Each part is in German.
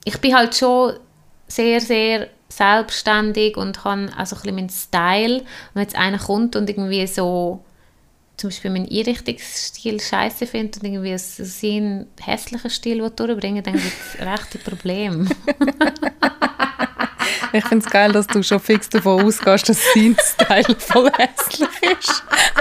ich bin halt schon sehr, sehr selbstständig und habe also ein bisschen meinen Style. Und wenn jetzt einer kommt und irgendwie so zum Beispiel meinen Einrichtungsstil scheiße findet und irgendwie so seinen hässlichen Stil durchbringen, dann gibt es rechte Probleme. Ich finde es geil, dass du schon fix davon ausgehst, dass sein Style voll hässlich ist.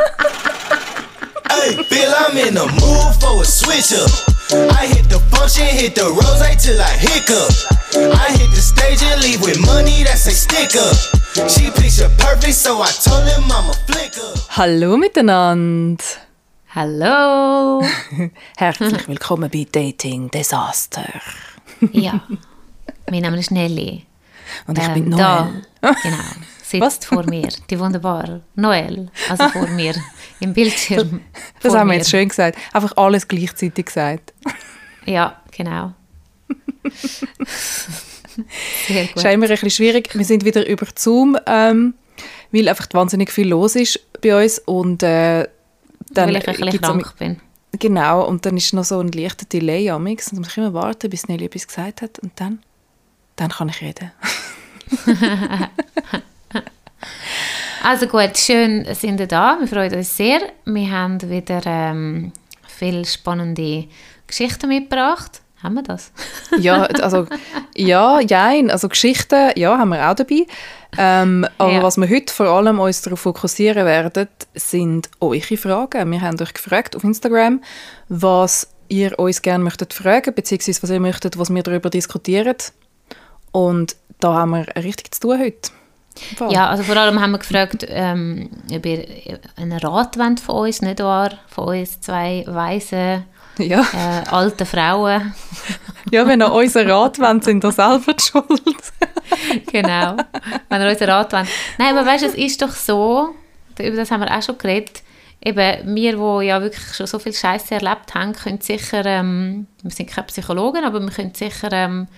Hey, Bill, I'm in the mood for a switch up. I hit the function, hit the rose till I hiccup. I hit the stage and leave with money that's a stick up. She picture perfect, so I told him I'm a flick up. Hallo miteinander. Hallo! Herzlich willkommen bei Dating Desaster. Ja, mein Name ist Nelly. Und ich bin Noel. Da, genau, sitzt vor mir die wunderbare Noel, also vor mir im Bildschirm. Das haben wir jetzt schön gesagt. Einfach alles gleichzeitig gesagt. Ja, genau. Sehr gut. Es ist immer ein bisschen schwierig. Wir sind wieder über Zoom, weil einfach wahnsinnig viel los ist bei uns. Und, dann weil ich ein bisschen krank bin. Genau, und dann ist noch so ein leichter Delay am Mix. Und dann muss ich immer warten, bis Nelly etwas gesagt hat. Und dann kann ich reden. Also gut, schön sind ihr da. Wir freuen uns sehr. Wir haben wieder viele spannende Geschichten mitgebracht. Haben wir das? Ja, also jein. Also Geschichten, ja, haben wir auch dabei. Aber Ja. was wir heute vor allem uns darauf fokussieren werden, sind eure Fragen. Wir haben euch gefragt auf Instagram, was ihr uns gerne möchtet fragen, beziehungsweise was ihr möchtet, was wir darüber diskutieren. Und da haben wir richtig zu tun heute. Ja, also vor allem haben wir gefragt, ob ihr einen Rat wollt von uns, nicht wahr? Von uns zwei weisen, Ja. alten Frauen. Ja, wenn ihr unseren Rat wollt, sind ihr selber die schuld. Genau, wenn ihr unseren Rat wollt. Nein, aber weißt du, es ist doch so, über das haben wir auch schon geredet, eben wir, die ja wirklich schon so viel Scheiße erlebt haben, können sicher, wir sind keine Psychologen, aber wir können sicher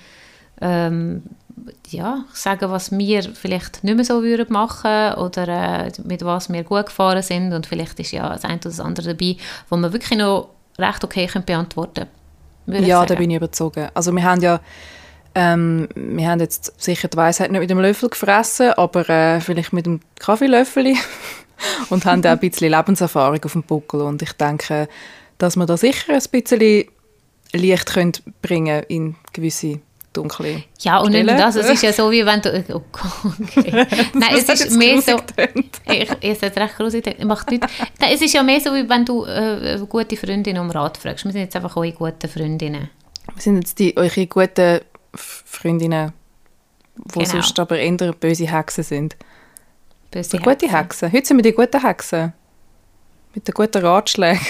sagen, was wir vielleicht nicht mehr so würden machen oder mit was wir gut gefahren sind, und vielleicht ist ja das eine oder das andere dabei, wo wir wirklich noch recht okay können beantworten können. Ja, da bin ich überzogen. Also wir haben ja wir haben jetzt sicher die Weisheit nicht mit dem Löffel gefressen, aber vielleicht mit dem Kaffeelöffel und haben auch ein bisschen Lebenserfahrung auf dem Buckel, und ich denke, dass wir da sicher ein bisschen Licht bringen in gewisse dunkle Ja, und nicht nur das, es ist ja so, wie wenn du... Oh Gott, okay. Nein, es ist mehr so... Ich sage recht gruselig, macht nichts. Nein, es ist ja mehr so, wie wenn du eine gute Freundin um Rat fragst. Wir sind jetzt einfach eure guten Freundinnen. Wir sind jetzt eure guten Freundinnen, die Genau. sonst aber eher böse Hexen sind. Böse Oder gute Hexen. Heute sind wir die guten Hexen. Mit den guten Ratschlägen.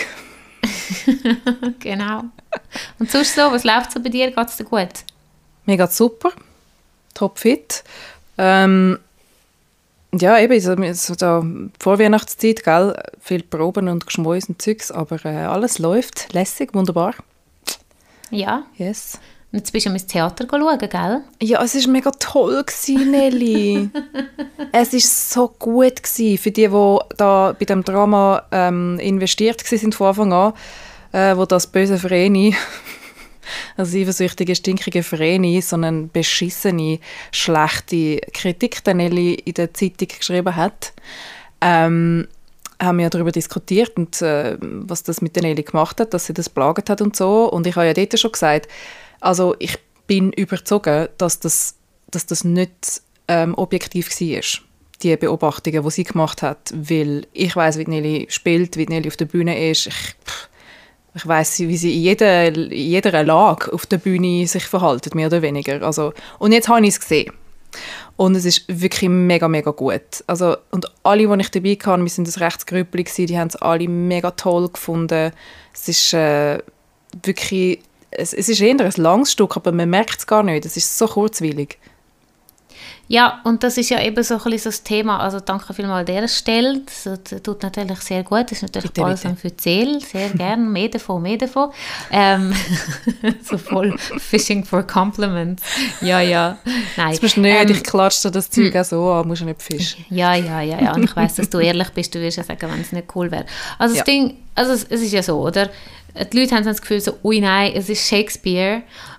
Genau. Und sonst so, was läuft so bei dir? Geht es dir gut? Mir geht's super. Topfit. Ja, eben, so da Vorweihnachtszeit, gell? Viel Proben und Geschmäus und Zeugs, aber alles läuft. Lässig, wunderbar. Ja. Yes. Und jetzt bist du ins Theater schauen, gell? Ja, es war mega toll, Nelly. Es war so gut gewesen für die da bei dem Drama investiert waren von Anfang an, wo das böse Vreni, also eifersüchtige, stinkige Vreni, so eine beschissene, schlechte Kritik, die Nelly in der Zeitung geschrieben hat, haben wir ja darüber diskutiert, und was das mit der Nelly gemacht hat, dass sie das plagt hat und so. Und ich habe ja dort schon gesagt, also ich bin überzeugt, dass das nicht objektiv war, die Beobachtungen, die sie gemacht hat, weil ich weiss, wie Nelly spielt, wie Nelly auf der Bühne ist. Ich weiss, wie sie in jeder Lage auf der Bühne sich verhalten, mehr oder weniger. Also, und jetzt habe ich es gesehen. Und es ist wirklich mega, mega gut. Also, und alle, die ich dabei hatte, wir sind ein Rechtsgrüppli, die haben es alle mega toll gefunden. Es ist wirklich... Es ist eher ein langes Stück, aber man merkt es gar nicht. Es ist so kurzweilig. Ja, und das ist ja eben so ein bisschen so das Thema. Also danke vielmals an dieser Stelle. Das tut natürlich sehr gut. Das ist natürlich balsam für die Seele. Sehr gerne. Mehr davon, mehr davon. So voll Fishing for Compliments. Ja, ja. Nein. Das musst du nicht. Ich klatsche dir das Zeug auch so an. Musst du nicht fischen. Ja. Und ich weiss, dass du ehrlich bist. Du wirst ja sagen, wenn es nicht cool wäre. Also es ist ja so, oder? Die Leute haben das Gefühl so, ui nein, es ist Shakespeare.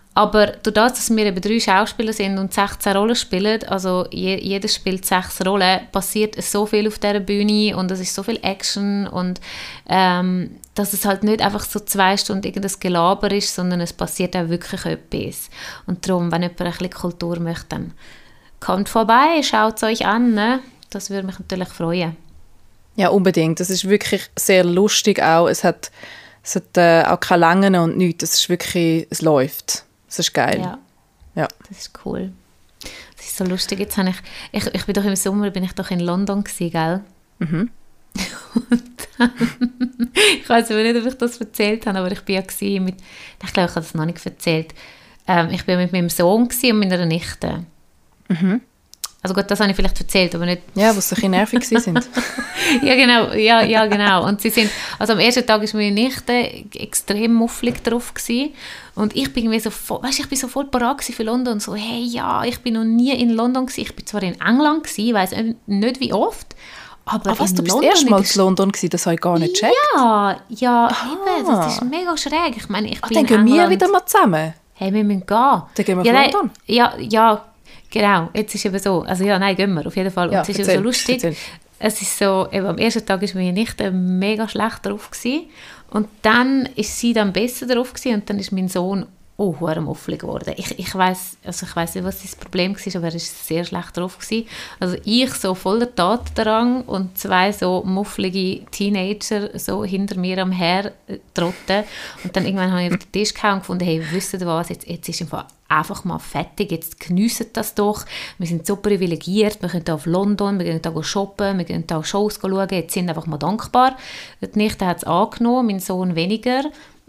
Aber durch das, dass wir eben 3 Schauspieler sind und 16 Rollen spielen, also jeder spielt 6 Rollen, passiert so viel auf dieser Bühne und es ist so viel Action und dass es halt nicht einfach so 2 Stunden irgendein Gelaber ist, sondern es passiert auch wirklich etwas. Und darum, wenn jemand ein bisschen Kultur möchte, dann kommt vorbei, schaut es euch an, ne? Das würde mich natürlich freuen. Ja, unbedingt. Das ist wirklich sehr lustig auch. Es hat auch keine Längen und nichts. Es ist wirklich, es läuft. Es ist geil. Ja. Das ist cool. Das ist so lustig. Jetzt habe ich bin doch im Sommer bin ich doch in London gewesen, gell? Mhm. Und dann, ich weiß aber nicht, ob ich das erzählt habe, aber ich bin ja ich glaube, ich habe das noch nicht erzählt. Ich bin mit meinem Sohn und meiner Nichte. Mhm. Also gut, das habe ich vielleicht erzählt, aber nicht... Ja, wo sie ein bisschen nervig sind. Ja, genau. Ja, genau. Und sie sind... Also am ersten Tag war meine Nichte extrem mufflig drauf gewesen. Und ich bin irgendwie so voll... Weißt du, ich bin so voll parat für London. So, hey, ja, ich bin noch nie in London gewesen. Ich bin zwar in England gewesen, ich weiss nicht wie oft. Aber was, du bist das erste Mal in London gewesen? Das habe ich gar nicht gecheckt. Ja, eben, das ist mega schräg. Ich meine, ich bin dann gehen wir wieder mal zusammen. Hey, wir müssen gehen. Dann gehen wir auf London. Ja, genau. Jetzt ist eben so, also ja, nein, gehen wir, auf jeden Fall. Und es ist eben so lustig. Erzähl. Es ist so, eben am ersten Tag war meine Nichte mega schlecht drauf gewesen. Und dann ist sie dann besser drauf gewesen, und dann ist mein Sohn mufflig geworden. Ich weiss nicht, was das Problem war, aber er war sehr schlecht drauf gewesen. Also ich so voller Tatendrang und 2 so mufflige Teenager so hinter mir am Hertrotten. Und dann irgendwann habe ich auf den Tisch gehauen und gefunden, hey, wisst ihr was, jetzt ist einfach mal fertig, jetzt geniessen das doch. Wir sind so privilegiert, wir können hier auf London, wir können hier shoppen, wir können hier Shows schauen, jetzt sind einfach mal dankbar. Die Nichte hat es angenommen, mein Sohn weniger.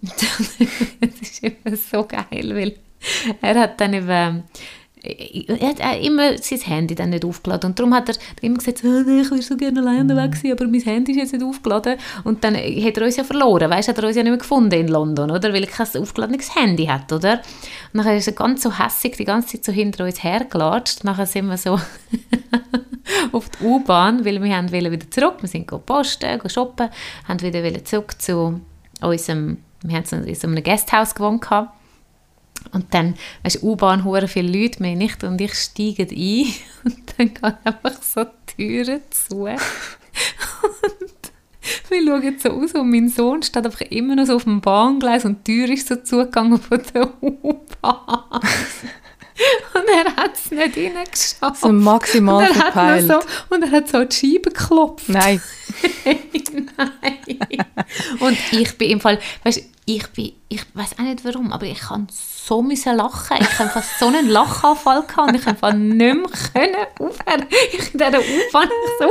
Das ist immer so geil, weil er hat dann eben immer sein Handy dann nicht aufgeladen und darum hat er immer gesagt, ich würde so gerne allein unterwegs sein, aber mein Handy ist jetzt nicht aufgeladen, und dann hat er uns ja verloren, weißt, hat er uns ja nicht mehr gefunden in London, oder, weil er kein aufgeladenes Handy hat, oder? Und dann ist er ganz so hässig die ganze Zeit so hinter uns hergelatscht, nachher sind wir so auf die U-Bahn, weil wir wollten wieder zurück, wir sind posten, shoppen, haben wieder zurück zu unserem, wir haben in so einem Gasthaus gewohnt gehabt. Und dann, weißt du, U-Bahn, hure viele Leute, meine Nichte und ich steigen ein und dann gehen einfach so die Türen zu. Und wir schauen so aus und mein Sohn steht einfach immer noch so auf dem Bahngleis und die Tür ist so zugegangen von der U-Bahn. Und er hat es nicht reingeschafft. So maximal verpeilt. Und er hat so die Scheibe geklopft. Nein. Nein. Und ich bin im Fall, weißt, ich weiß auch nicht warum, aber ich kann so lachen. Ich habe fast so einen Lachanfall gehabt und ich konnte nicht mehr aufhören. Ich in dieser U-Bahn so...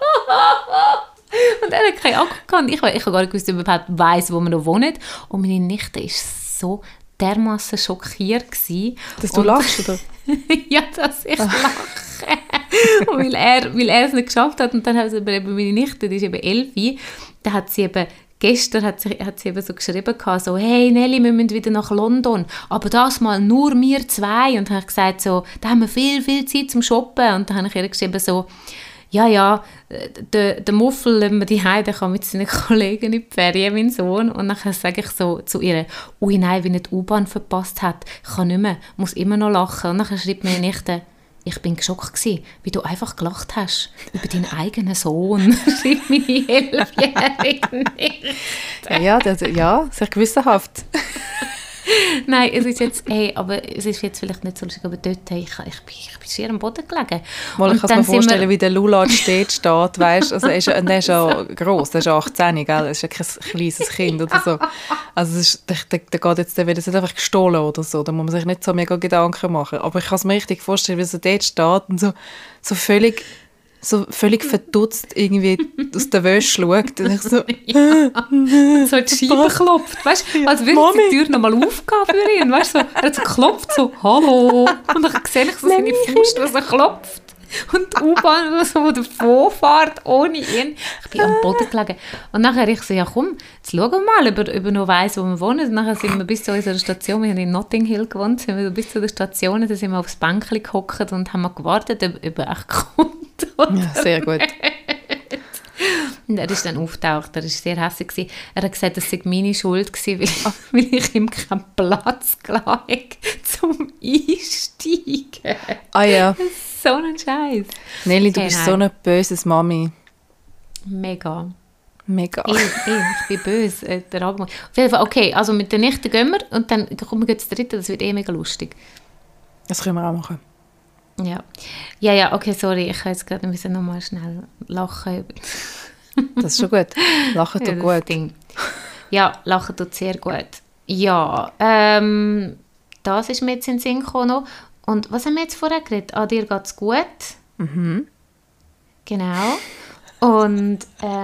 Und er hat keinen Akku gehabt. Ich habe gar nicht gewusst, ob er überhaupt weiss, wo wir noch wohnen. Und meine Nichte ist so dermassen schockiert gewesen. Dass du lachst, oder? Ja, dass ich lache. Und weil er es nicht geschafft hat. Und dann hat eben meine Nichte, die ist eben 11, da hat sie eben gestern hat sie eben so geschrieben, so, hey Nelly, wir müssen wieder nach London, aber das mal nur wir 2. Und dann habe ich gesagt, so, da haben wir viel Zeit zum Shoppen. Und dann habe ich ihr geschrieben, so, ja, der Muffel lassen wir daheim, der kann mit seinen Kollegen in die Ferien, mein Sohn. Und dann sage ich so zu ihr, ui nein, wenn er die U-Bahn verpasst hat, kann nicht mehr, muss immer noch lachen. Und dann schreibt mir Nichte, ich bin geschockt gewesen, wie du einfach gelacht hast über deinen eigenen Sohn, schreibt meine 11-jährige Nichte. Ja, sehr gewissenhaft. Nein, es ist jetzt, aber es ist jetzt vielleicht nicht so lustig, aber dort, ich bin schier am Boden gelegen. Ich kann mir vorstellen, wie der Lula steht, weißt, also er ist ja gross, er ist ja 18, gell? Er ist ja kein kleines Kind oder so. Also der wird jetzt nicht einfach gestohlen oder so, da muss man sich nicht so mega Gedanken machen. Aber ich kann es mir richtig vorstellen, wie er dort steht und so völlig verdutzt irgendwie aus der Wäsche schaut. Und ich so, so die Scheibe klopft, weißt du, als würde die Tür nochmal aufgehen für ihn, weißt du, so, er hat so geklopft, so, hallo, und dann sehe ich so seine Faust, was er klopft. Und die U-Bahn, so, die davon fährt, ohne ihn. Ich bin am Boden gelegen. Und nachher ich so, ja komm, jetzt schauen wir mal, ob er noch weiss, wo wir wohnen. Und nachher sind wir bis zu unserer Station, wir haben in Notting Hill gewohnt, sind wir bis zu der Station, da sind wir aufs Bänkchen gehockt und haben gewartet, ob er echt kommt. Ja, sehr gut. Und er ist dann auftaucht, er war sehr hässlich gewesen. Er hat gesagt, das sei meine Schuld gewesen, weil ich ihm keinen Platz gelassen einsteigen. Ah ja. Das ist so ein Scheiß. Nelly, du bist so eine böse Mami. Mega. Mega. Ich bin böse. Der Abend. Auf jeden Fall, okay, also mit der Nichte gehen wir und dann kommen wir zum dritten, das wird mega lustig. Das können wir auch machen. Ja, okay, sorry, ich jetzt gerade noch mal schnell lachen. Das ist schon gut. Lachen tut gut. Ding. Ja, lachen tut sehr gut. Ja, das ist mir jetzt in den Sinn gekommen noch. Und was haben wir jetzt vorher geredet? Ah, dir geht es gut. Mhm. Genau. Und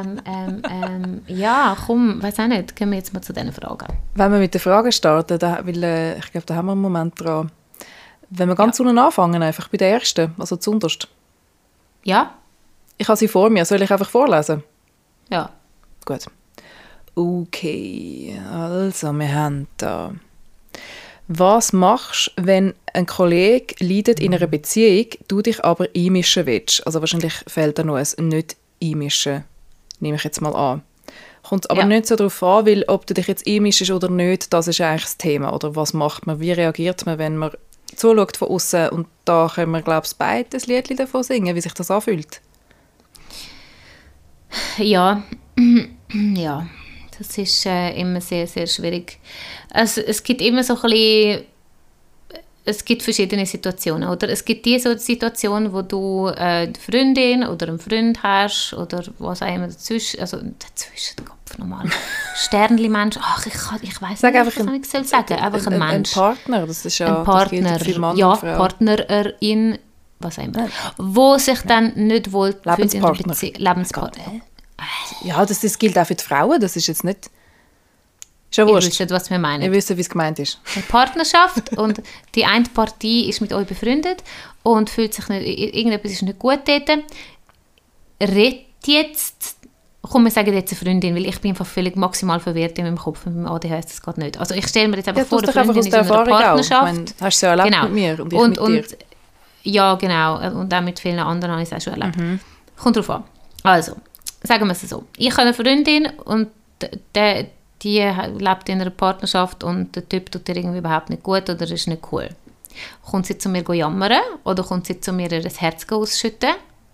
ja, komm, weiß auch nicht, gehen wir jetzt mal zu diesen Fragen. Wenn wir mit den Fragen starten, weil, ich glaube, da haben wir einen Moment dran. Wenn wir ganz unten anfangen, einfach bei der ersten, also zuunterst. Ja? Ich habe sie vor mir, soll ich einfach vorlesen? Ja. Gut. Okay, also wir haben da. Was machst du, wenn ein Kollege leidet in einer Beziehung, du dich aber einmischen willst? Also wahrscheinlich fehlt da noch ein nicht einmischen, nehme ich jetzt mal an. Kommt aber nicht so darauf an, weil ob du dich jetzt einmischst oder nicht, das ist eigentlich das Thema. Oder was macht man, wie reagiert man, wenn man zuschaut von außen? Und da können wir, glaube ich, beide ein Liedchen davon singen, wie sich das anfühlt. Ja, ja. Das ist immer sehr, sehr schwierig. Also, es gibt immer so ein bisschen, es gibt verschiedene Situationen, oder? Es gibt die so Situation, wo du eine Freundin oder einen Freund hast oder was auch immer dazwischen, also dazwischen, Kopf normal, Sternli-Mensch, ach, ich weiss nicht, was ich soll sagen. Einfach ein Mensch. Ein Partner, das ist ja, ein Partner, das gilt für Mann ja, und Frau. Partnerin, was auch immer, wo sich dann nicht wohl fühlt in der Beziehung. Lebenspartner. Ja, das gilt auch für die Frauen, das ist jetzt nicht... Ist ja wurscht. Ihr wisst, was wir meinen. Ihr wisst, wie es gemeint ist. Eine Partnerschaft und die eine Partie ist mit euch befreundet und fühlt sich nicht, irgendetwas ist nicht gut dort. Redet jetzt, komm, wir sagen jetzt eine Freundin, weil ich bin einfach völlig maximal verwirrt in meinem Kopf, mit meinem ADHS das geht nicht. Also ich stelle mir jetzt einfach vor, eine Freundin ist in einer Partnerschaft. Du hast es ja erlebt mit mir und ich mit dir. Ja, genau. Und auch mit vielen anderen habe ich es auch schon erlebt. Kommt drauf an. Also, sagen wir es so. Ich habe eine Freundin und die lebt in einer Partnerschaft und der Typ tut ihr irgendwie überhaupt nicht gut oder ist nicht cool. Kommt sie zu mir jammern oder kommt sie zu mir ihr Herz ausschütten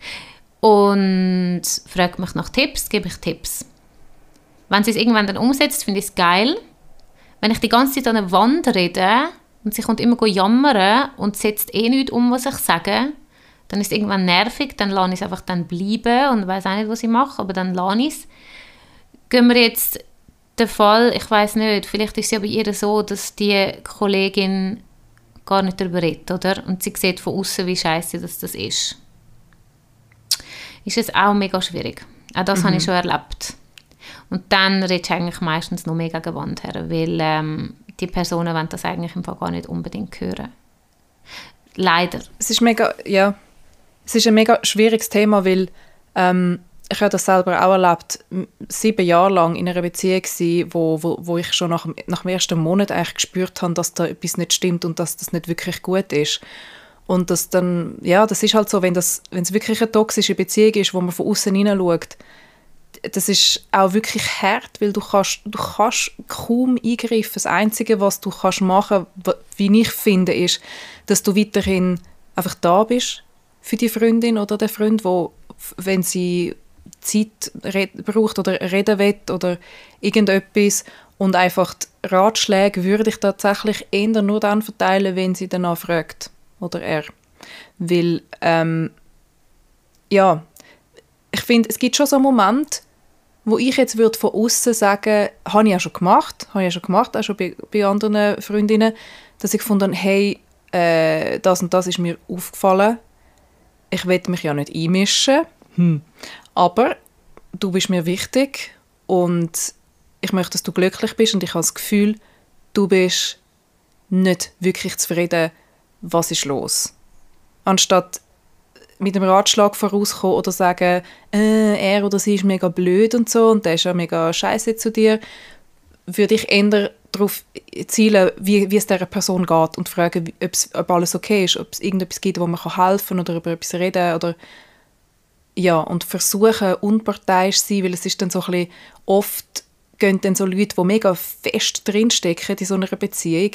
und fragt mich nach Tipps, gebe ich Tipps. Wenn sie es irgendwann dann umsetzt, finde ich es geil. Wenn ich die ganze Zeit an einer Wand rede und sie kommt immer jammern und setzt nichts um, was ich sage, dann ist es irgendwann nervig, dann lasse ich es einfach dann bleiben und weiß auch nicht, was ich mache, aber dann lasse ich es. Gehen wir jetzt den Fall, ich weiß nicht, vielleicht ist es ja bei ihr so, dass die Kollegin gar nicht darüber redet, oder? Und sie sieht von außen, wie scheiße das ist. Ist es auch mega schwierig. Auch das habe ich schon erlebt. Und dann redest du eigentlich meistens noch mega gegen Wand her, weil die Personen wollen das eigentlich im Fall gar nicht unbedingt hören. Leider. Es ist ein mega schwieriges Thema, weil ich habe das selber auch erlebt, 7 Jahre lang in einer Beziehung gewesen, wo ich schon nach dem ersten Monat eigentlich gespürt habe, dass da etwas nicht stimmt und dass das nicht wirklich gut ist. Und das dann, ja, das ist halt so, wenn es wirklich eine toxische Beziehung ist, wo man von außen hineinschaut, das ist auch wirklich hart, weil du kannst kaum eingreifen. Das Einzige, was du kannst machen, wie ich finde, ist, dass du weiterhin einfach da bist für die Freundin oder den Freund, wo, wenn sie Zeit braucht oder reden will oder irgendetwas und einfach die Ratschläge würde ich tatsächlich eher nur dann verteilen, wenn sie danach fragt oder er. Weil, ja, ich finde, es gibt schon so einen Moment, wo ich jetzt würde von außen sagen, habe ich ja schon gemacht, auch schon bei anderen Freundinnen, dass ich gefunden habe, hey, das und das ist mir aufgefallen, ich will mich ja nicht einmischen, aber du bist mir wichtig und ich möchte, dass du glücklich bist und ich habe das Gefühl, du bist nicht wirklich zufrieden, was ist los? Anstatt mit einem Ratschlag vorauskommen oder sagen, er oder sie ist mega blöd und so und der ist ja mega scheiße zu dir, würde ich eher darauf zielen, wie es dieser Person geht und fragen, ob alles okay ist, ob es irgendetwas gibt, wo man helfen kann oder über etwas reden oder ja, und versuchen, unparteiisch zu sein, weil es ist dann so ein bisschen, oft gehen dann so Leute, die mega fest drinstecken in so einer Beziehung,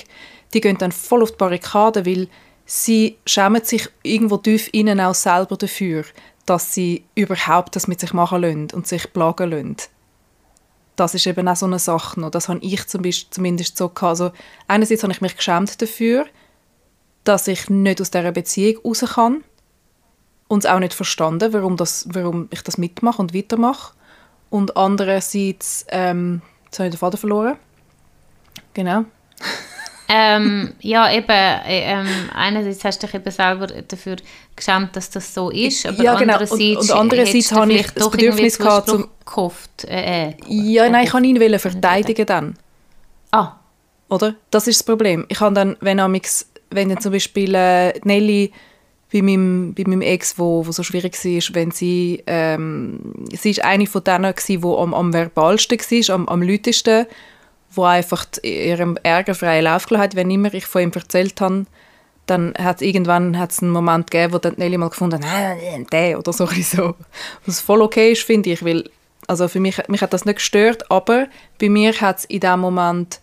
die gehen dann voll auf die Barrikaden, weil sie schämen sich irgendwo tief innen auch selber dafür, dass sie überhaupt das mit sich machen lassen und sich plagen lassen. Das ist eben auch so eine Sache noch. Das habe ich zumindest so gehabt. Also einerseits habe ich mich geschämt dafür, dass ich nicht aus dieser Beziehung raus kann und es auch nicht verstanden, warum ich das mitmache und weitermache. Und andererseits, jetzt habe ich den Faden verloren. Genau. Ja, eben, einerseits hast du dich eben selber dafür geschämt, dass das so ist, aber ja, genau. andererseits, und andererseits habe ich das Bedürfnis gehabt, gehofft. Ja, nein, ich habe ihn verteidigen dann. Ah. Oder? Das ist das Problem. Ich habe dann, wenn dann zum Beispiel Nelly bei meinem Ex, wo so schwierig war, wenn sie ist eine von denen gewesen, die am verbalsten war, am lautesten, wo einfach ihrem Ärger freien Lauf gelassen hat. Wenn immer ich von ihm erzählt habe, dann hat es irgendwann einen Moment gegeben, wo dann Nelly mal gefunden hat, der oder so. Was voll okay ist, finde ich, weil also für mich hat das nicht gestört, aber bei mir hat es in dem Moment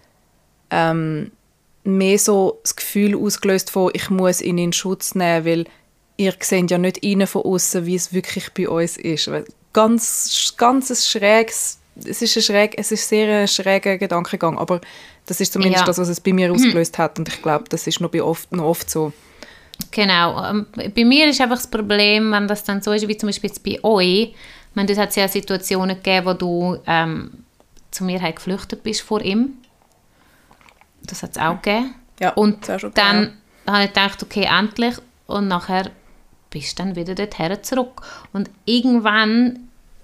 mehr so das Gefühl ausgelöst von, ich muss ihn in Schutz nehmen, weil ihr seht ja nicht rein von außen, wie es wirklich bei uns ist. Ganz ein schräges, es ist sehr ein schräger Gedankengang, aber das ist zumindest das, was es bei mir ausgelöst hat und ich glaube, das ist noch oft so. Genau. Bei mir ist einfach das Problem, wenn das dann so ist, wie zum Beispiel jetzt bei euch, dort hat es ja Situationen gegeben, wo du zu mir geflüchtet bist vor ihm. Das hat es auch gegeben. Ja, und dann habe ich gedacht, okay, endlich. Und nachher bist du dann wieder dorthin zurück. Und irgendwann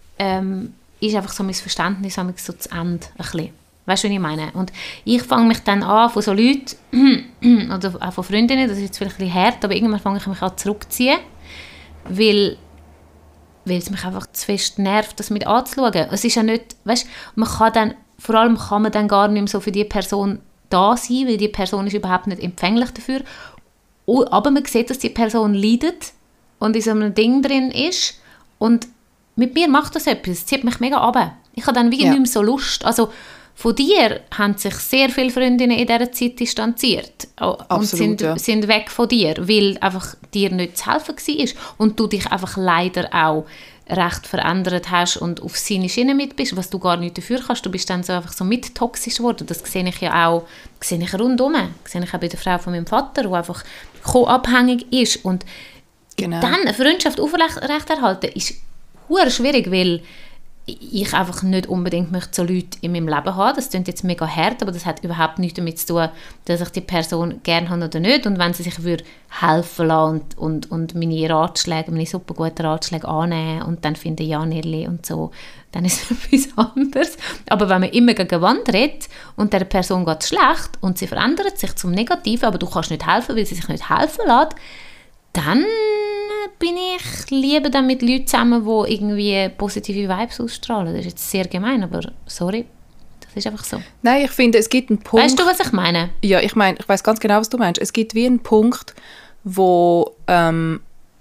ist einfach so mein Verständnis so zu Ende. Ein bisschen. Weißt du, was ich meine? Und ich fange mich dann an, von so Leuten, oder auch von Freundinnen, das ist jetzt vielleicht ein bisschen hart, aber irgendwann fange ich mich an zurückzuziehen, weil es mich einfach zu fest nervt, das mit anzuschauen. Es ist ja nicht, weißt du, vor allem kann man dann gar nicht mehr so für die Person da sein, weil die Person ist überhaupt nicht empfänglich dafür. Aber man sieht, dass die Person leidet und in so einem Ding drin ist und mit mir macht das etwas, es zieht mich mega runter. Ich habe dann wirklich nicht mehr so Lust. Also von dir haben sich sehr viele Freundinnen in dieser Zeit distanziert und sind weg von dir, weil einfach dir nicht zu helfen war und du dich einfach leider auch recht verändert hast und auf seine Schiene mit bist, was du gar nicht dafür kannst. Du bist dann so einfach so mit toxisch geworden. Das sehe ich ja auch rundum. Das sehe ich auch bei der Frau von meinem Vater, die einfach abhängig ist. Und dann eine Freundschaft aufrechterhalten ist verdammt schwierig, weil ich einfach nicht unbedingt möchte so Leute in meinem Leben haben. Das klingt jetzt mega hart, aber das hat überhaupt nichts damit zu tun, dass ich die Person gerne habe oder nicht. Und wenn sie sich helfen lassen und meine super guten Ratschläge annehmen und dann finden, ja, Nirli und so, dann ist es etwas anderes. Aber wenn man immer gegen die Wand redet und der Person geht es schlecht und sie verändert sich zum Negativen, aber du kannst nicht helfen, weil sie sich nicht helfen lässt, dann bin ich lieber dann mit Leuten zusammen, die irgendwie positive Vibes ausstrahlen. Das ist jetzt sehr gemein, aber sorry, das ist einfach so. Nein, ich finde, es gibt einen Punkt... Weißt du, was ich meine? Ja, ich weiß ganz genau, was du meinst. Es gibt wie einen Punkt, wo man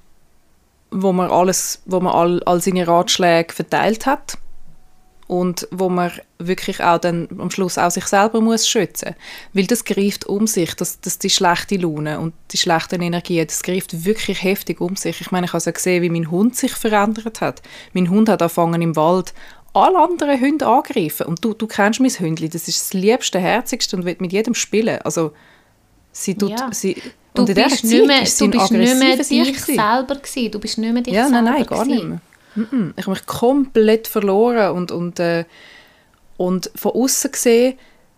all seine Ratschläge verteilt hat und wo man wirklich auch dann am Schluss auch sich selber muss schützen. Weil das greift um sich, dass die schlechte Laune und die schlechten Energien, das greift wirklich heftig um sich. Ich meine, ich habe ja gesehen, wie mein Hund sich verändert hat. Mein Hund hat angefangen im Wald alle anderen Hunde angreifen. Und du kennst mein Hündli, das ist das liebste, herzigste und will mit jedem spielen. Also sie tut... Ja. Du bist nicht mehr dich selber gewesen. Du bist nicht mehr dich selber Nein, gar nicht mehr. Ich habe mich komplett verloren und von außen gesehen,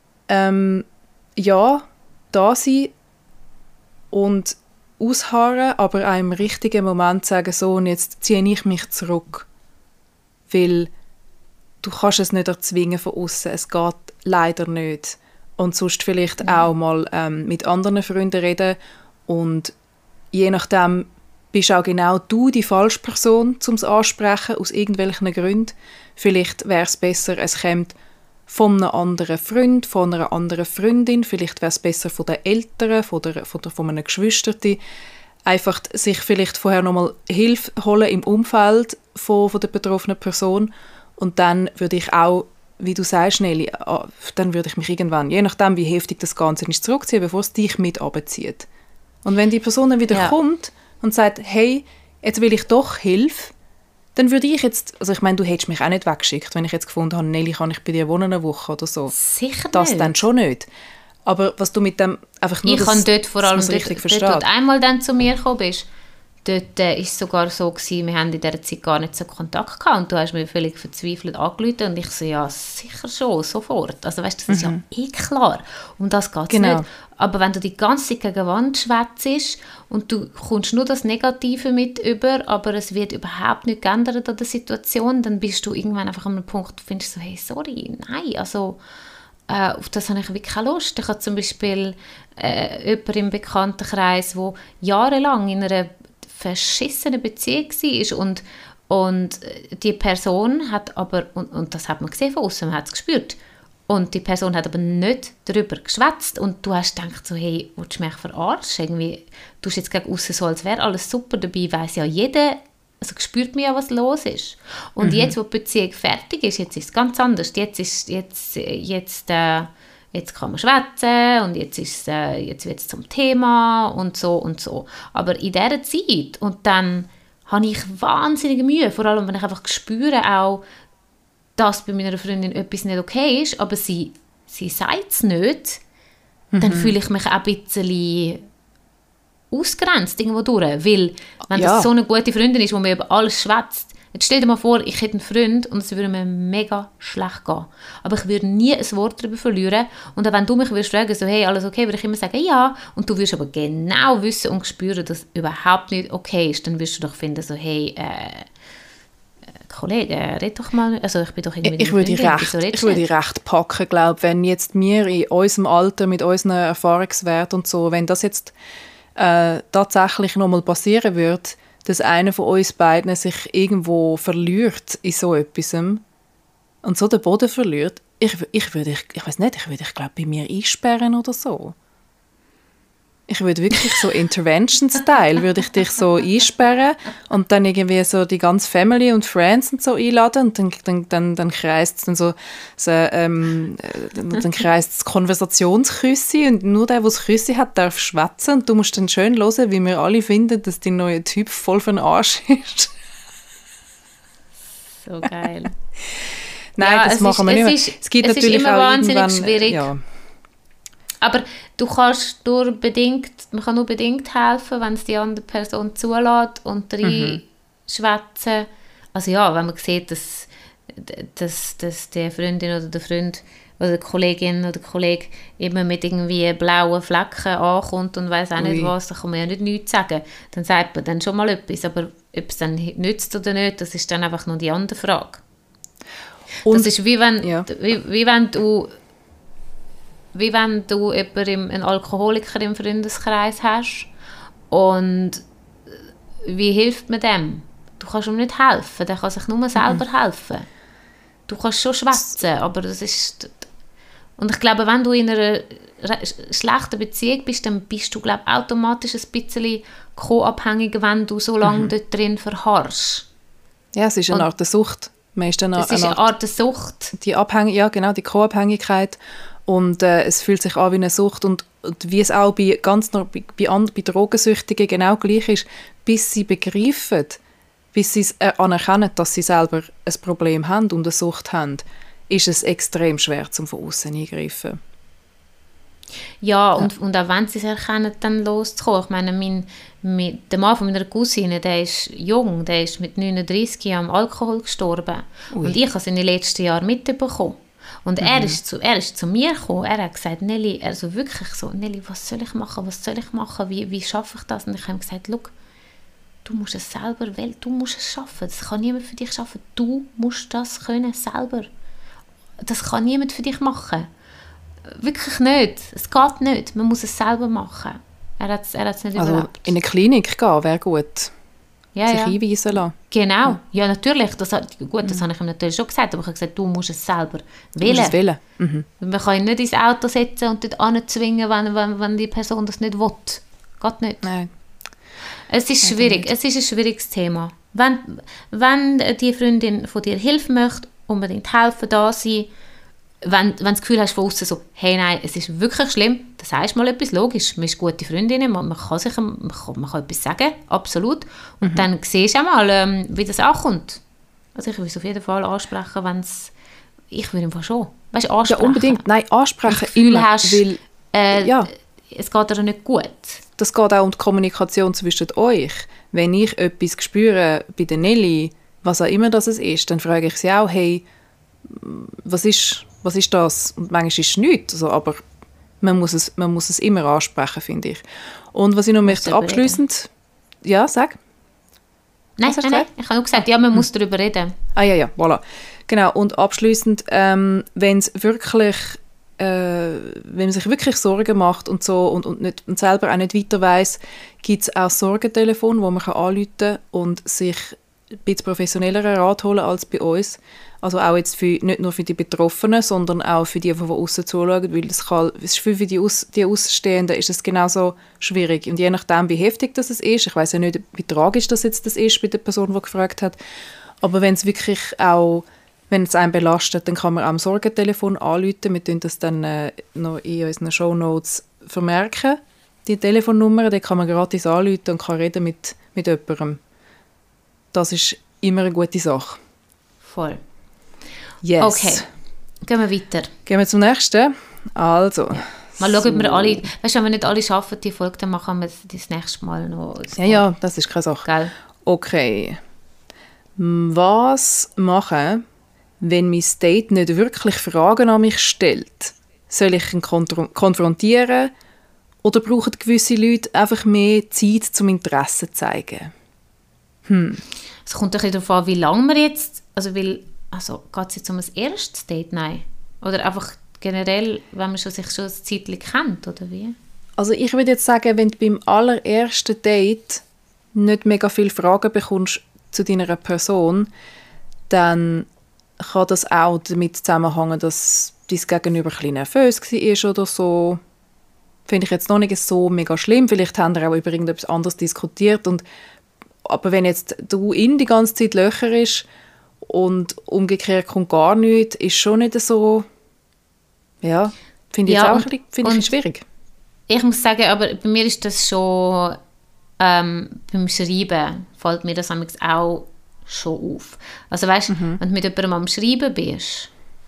da sein und ausharren, aber auch im richtigen Moment sagen, so, und jetzt ziehe ich mich zurück. Weil du kannst es nicht erzwingen von außen. Es geht leider nicht. Und sonst vielleicht auch mal mit anderen Freunden reden und je nachdem bist auch genau du die falsche Person, um es ansprechen, aus irgendwelchen Gründen. Vielleicht wäre es besser, es käme von einem anderen Freund, von einer anderen Freundin, vielleicht wäre es besser von den Eltern, von einem Geschwisterten. Einfach sich vielleicht vorher nochmal Hilfe holen im Umfeld von der betroffenen Person. Und dann würde ich auch wie du sagst, Nelly, dann würde ich mich irgendwann, je nachdem, wie heftig das Ganze ist, zurückziehen, bevor es dich mit runterzieht. Und wenn die Person dann wieder kommt und sagt, hey, jetzt will ich doch Hilfe, dann würde ich jetzt, also ich meine, du hättest mich auch nicht weggeschickt, wenn ich jetzt gefunden habe, Nelly, kann ich bei dir wohnen eine Woche oder so. Sicher das nicht. Das dann schon nicht. Aber was du mit dem einfach nur, ich kann dort vor allem, dort du einmal dann zu mir gekommen bist, dort war es sogar so gewesen, wir haben in dieser Zeit gar nicht so Kontakt gehabt und du hast mir völlig verzweifelt angerufen und ich so, ja, sicher schon, sofort. Also weißt, das ist ja klar, um das geht es nicht. Aber wenn du die ganze Zeit gegen die Wand schwätzt und du kommst nur das Negative mit über, aber es wird überhaupt nicht geändert an der Situation, dann bist du irgendwann einfach an einem Punkt, du findest so, hey, sorry, nein, also auf das habe ich wirklich keine Lust. Ich habe zum Beispiel jemanden im Bekanntenkreis, der jahrelang in einer verschissenen Beziehung war und die Person hat aber, und das hat man gesehen von außen, man hat es gespürt, und die Person hat aber nicht darüber geschwätzt und du hast gedacht so, hey, willst du mich verarschen? Irgendwie, du hast jetzt gegen aussen so, als wäre alles super, dabei weiss ja jeder, also spürt man ja, was los ist. Und jetzt, wo die Beziehung fertig ist, jetzt ist es ganz anders. Jetzt kann man schwätzen und jetzt wird es zum Thema und so und so. Aber in dieser Zeit, und dann habe ich wahnsinnige Mühe, vor allem, wenn ich einfach spüre auch, dass bei meiner Freundin etwas nicht okay ist, aber sie sagt es nicht, dann fühle ich mich auch ein bisschen ausgrenzt irgendwo durch. Weil, wenn das so eine gute Freundin ist, die mir über alles schwätzt, jetzt stell dir mal vor, ich hätte einen Freund und es würde mir mega schlecht gehen. Aber ich würde nie ein Wort darüber verlieren. Und auch wenn du mich würdest fragen, so, hey, alles okay, würde ich immer sagen, ja. Und du würdest aber genau wissen und spüren, dass es überhaupt nicht okay ist. Dann würdest du doch finden, so, hey, Kollege, red doch mal. Also ich bin doch irgendwie ich würde recht packen, glaube, wenn jetzt wir in unserem Alter mit unseren Erfahrungswerten und so, wenn das jetzt tatsächlich nochmal passieren würde, dass einer von uns beiden sich irgendwo verliert in so etwas und so den Boden verliert, ich würde dich, glaube bei mir einsperren oder so. Ich würde wirklich so Intervention-Style, würde ich dich so einsperren und dann irgendwie so die ganze Family und Friends und so einladen und dann kreist es dann so dann kreist das Konversationsküssi und nur der das Küssi hat, darf schwätzen und du musst dann schön hören, wie wir alle finden, dass dein neuer Typ voll für den Arsch ist. So geil. Nein, das machen wir nicht mehr. Es gibt natürlich immer auch wahnsinnig schwierig. Ja. Aber man kann nur bedingt helfen, wenn es die andere Person zulässt und reinschwätzen. Also ja, wenn man sieht, dass die Freundin oder der Freund oder die Kollegin oder der Kollege immer mit irgendwie blauen Flecken ankommt und weiss auch nicht was, dann kann man ja nichts sagen. Dann sagt man dann schon mal etwas, aber ob es dann nützt oder nicht, das ist dann einfach nur die andere Frage. Und, das ist wie wenn du einen Alkoholiker im Freundeskreis hast und wie hilft man dem? Du kannst ihm nicht helfen, der kann sich nur selber helfen. Du kannst schon schwätzen, aber das ist... Und ich glaube, wenn du in einer schlechten Beziehung bist, dann bist du, glaube ich, automatisch ein bisschen co-abhängig, wenn du so lange dort drin verharrst. Ja, es ist eine Art Sucht. Es ist eine Art Sucht. Die Co-Abhängigkeit. Und es fühlt sich an wie eine Sucht. Und wie es auch bei Drogensüchtigen genau gleich ist, bis sie begreifen, bis sie es anerkennen, dass sie selber ein Problem haben und eine Sucht haben, ist es extrem schwer, von außen eingreifen. Ja, und auch wenn sie es erkennen, dann loszukommen. Ich meine, der Mann von meiner Cousine, der ist jung, der ist mit 39 Jahren am Alkohol gestorben. Ui. Und ich habe es in den letzten Jahren mitbekommen. Und er ist zu mir gekommen, er hat gesagt, Nelly, also wirklich so, Nelly, was soll ich machen, wie schaffe ich das? Und ich habe ihm gesagt, schau, du musst es selber wählen, du musst es schaffen, das kann niemand für dich schaffen, du musst das können selber. Das kann niemand für dich machen. Wirklich nicht, es geht nicht, man muss es selber machen. Er hat es nicht überlebt. In eine Klinik gehen wäre gut. Ja, sich einweisen lassen. Genau, ja natürlich, das habe ich ihm natürlich schon gesagt, aber ich habe gesagt, du musst es selber wählen. Man kann ihn nicht ins Auto setzen und dort anzwingen, wenn die Person das nicht will. Geht nicht. Nein. Es ist schwierig, es ist ein schwieriges Thema. Wenn die Freundin von dir Hilfe möchte, unbedingt helfen, da sein, wenn du das Gefühl hast von außen so, hey, nein, es ist wirklich schlimm, dann sagst du mal etwas, logisch, man ist gute Freundinnen, man kann etwas sagen, absolut. Und dann siehst du auch mal, wie das ankommt. Also ich würde es auf jeden Fall ansprechen, wenn es, ich würde einfach schon, weißt du, ansprechen. Ja, unbedingt, nein, ansprechen. Das Gefühl immer, hast, weil, es geht dir nicht gut. das geht auch um die Kommunikation zwischen euch. Wenn ich etwas spüre bei der Nelly, was auch immer das ist, dann frage ich sie auch, hey, was ist das? Und manchmal ist es nichts, also, aber man muss es immer ansprechen, finde ich. Und was ich noch möchte abschliessend... Ja, sag. Nein, ich habe nur gesagt, ja, man muss darüber reden. Ja, voilà. Genau, und abschliessend, wenn man sich wirklich Sorgen macht und so und selber auch nicht weiter weiss, gibt es auch ein Sorgentelefon, wo man anrufen kann und sich ein bisschen professionelleren Rat holen als bei uns. Also auch jetzt nicht nur für die Betroffenen, sondern auch für die aussen zuschauen, weil es ist für die Außenstehenden ist es genauso schwierig. Und je nachdem, wie heftig das ist, ich weiss ja nicht, wie tragisch das jetzt ist bei der Person, die gefragt hat, aber wenn es wirklich auch, wenn es einen belastet, dann kann man auch am Sorgentelefon anrufen. Wir tun das dann noch in unseren Shownotes vermerken, die Telefonnummer, da kann man gratis anrufen und kann reden mit jemandem. Das ist immer eine gute Sache. Voll. Yes. Okay, gehen wir weiter. Gehen wir zum nächsten. Also. Ja. Mal schauen, ob wir alle, weißt du, wenn wir nicht alle schaffen, die Folge, dann machen wir das nächste Mal noch. Ja, das ist keine Sache. Gell? Okay. Was machen, wenn mein Date nicht wirklich Fragen an mich stellt? Soll ich ihn konfrontieren oder brauchen gewisse Leute einfach mehr Zeit, zum Interesse zu zeigen? Es kommt ein bisschen darauf an, wie lange wir jetzt, geht es jetzt um ein erstes Date? Nein. Oder einfach generell, wenn man sich schon ein Zeitchen kennt, oder wie? Also ich würde jetzt sagen, wenn du beim allerersten Date nicht mega viele Fragen bekommst zu deiner Person, dann kann das auch damit zusammenhängen, dass dein Gegenüber ein bisschen nervös war oder so. Finde ich jetzt noch nicht so mega schlimm. Vielleicht haben wir auch über irgendetwas anderes diskutiert. Aber wenn jetzt du ihn die ganze Zeit löcherst und umgekehrt kommt gar nichts, ist schon nicht so... Ja, finde ich jetzt auch ein bisschen schwierig. Ich muss sagen, aber bei mir ist das schon... beim Schreiben fällt mir das auch schon auf. Also weißt, wenn du mit jemandem am Schreiben bist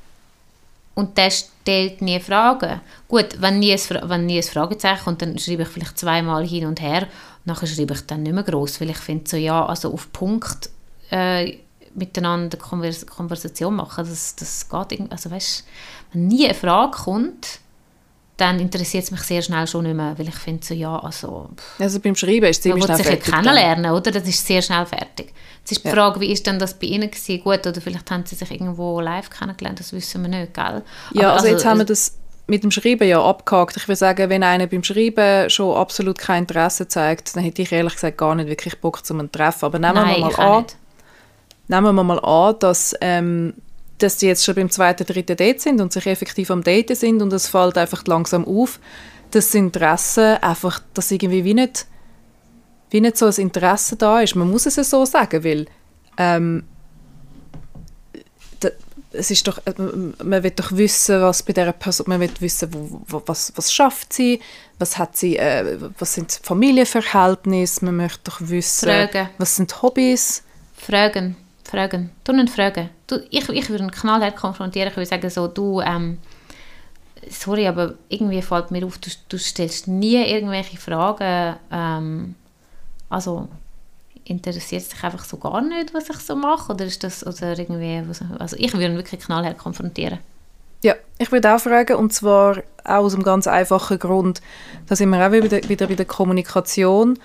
und der stellt nie Fragen. Gut, wenn nie ein Fragezeichen kommt, dann schreibe ich vielleicht zweimal hin und her. Nachher schreibe ich dann nicht mehr gross, weil ich finde so, ja, also auf Punkt miteinander Konversation machen, das geht irgendwie, also weißt, wenn nie eine Frage kommt, dann interessiert es mich sehr schnell schon nicht mehr, weil ich finde so, ja, also beim Schreiben ist es ziemlich schnell fertig. Man will sich ja kennenlernen, oder? Das ist sehr schnell fertig. Jetzt ist die Frage, wie ist denn das bei Ihnen gewesen? Gut, oder vielleicht haben Sie sich irgendwo live kennengelernt, das wissen wir nicht, gell? Ja, also jetzt haben wir das mit dem Schreiben ja abgehakt. Ich würde sagen, wenn einer beim Schreiben schon absolut kein Interesse zeigt, dann hätte ich ehrlich gesagt gar nicht wirklich Bock zu einem Treffen. Aber nehmen wir mal an, dass die jetzt schon beim 2., 3. Date sind und sich effektiv am Daten sind und es fällt einfach langsam auf, dass das Interesse einfach, dass irgendwie wie nicht so ein Interesse da ist. Man muss es ja so sagen, weil es ist doch, man will doch wissen, was bei dieser Person, man will wissen, was schafft sie, was hat sie, was sind Familienverhältnisse, man möchte doch wissen, was sind Hobbys. Fragen. Ich würde ihn knallhart konfrontieren, ich würde sagen so, du, sorry, aber irgendwie fällt mir auf, du stellst nie irgendwelche Fragen, also interessiert es dich einfach so gar nicht, was ich so mache, oder ist das, oder irgendwie, also ich würde ihn wirklich knallhart konfrontieren. Ja, ich würde auch fragen, und zwar auch aus einem ganz einfachen Grund, da sind wir auch wieder bei der Kommunikation.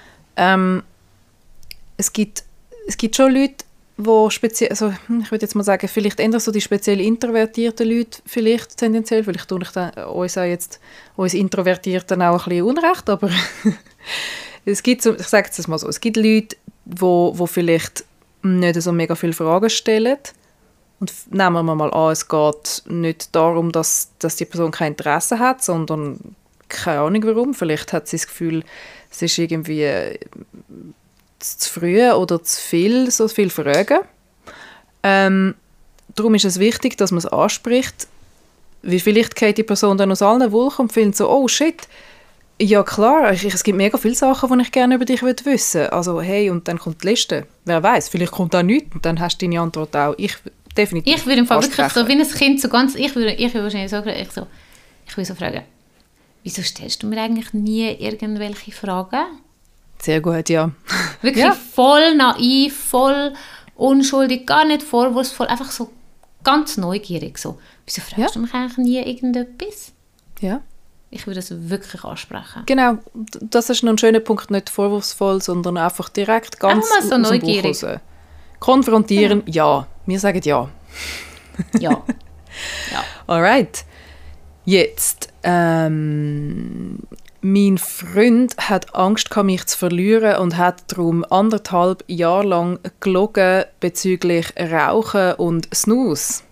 Es gibt schon Leute, wo speziell, also ich würde jetzt mal sagen, vielleicht eher so die speziell introvertierten Leute, vielleicht tendenziell, vielleicht tue ich uns Introvertierten auch ein bisschen Unrecht, aber es gibt, ich sage es mal so, es gibt Leute, wo vielleicht nicht so mega viele Fragen stellen. Und nehmen wir mal an, es geht nicht darum, dass die Person kein Interesse hat, sondern keine Ahnung warum. Vielleicht hat sie das Gefühl, es ist irgendwie zu früh oder zu viel, so viel Fragen. Darum ist es wichtig, dass man es anspricht. wie vielleicht geht die Person dann aus allen Wolken und findet so, oh shit, ja klar, es gibt mega viele Sachen, die ich gerne über dich wissen will. Also hey, und dann kommt die Liste. Wer weiß, vielleicht kommt auch nichts und dann hast du deine Antwort auch. Definitiv. Ich würde im Fall wirklich so wie ein Kind so ganz, ich würde wahrscheinlich sagen, ich würde so fragen, wieso stellst du mir eigentlich nie irgendwelche Fragen? Sehr gut, ja. Wirklich voll naiv, voll unschuldig, gar nicht vorwurfsvoll, einfach so ganz neugierig. So. Wieso fragst du mich eigentlich nie irgendetwas? Ja. Ich würde das wirklich ansprechen. Genau, das ist noch ein schöner Punkt, nicht vorwurfsvoll, sondern einfach direkt ganz aus dem Bauch raus. Konfrontieren, ja. Wir sagen ja. Ja. Alright. Jetzt, mein Freund hat Angst gehabt, mich zu verlieren und hat darum 1,5 Jahre lang gelogen bezüglich Rauchen und Snus.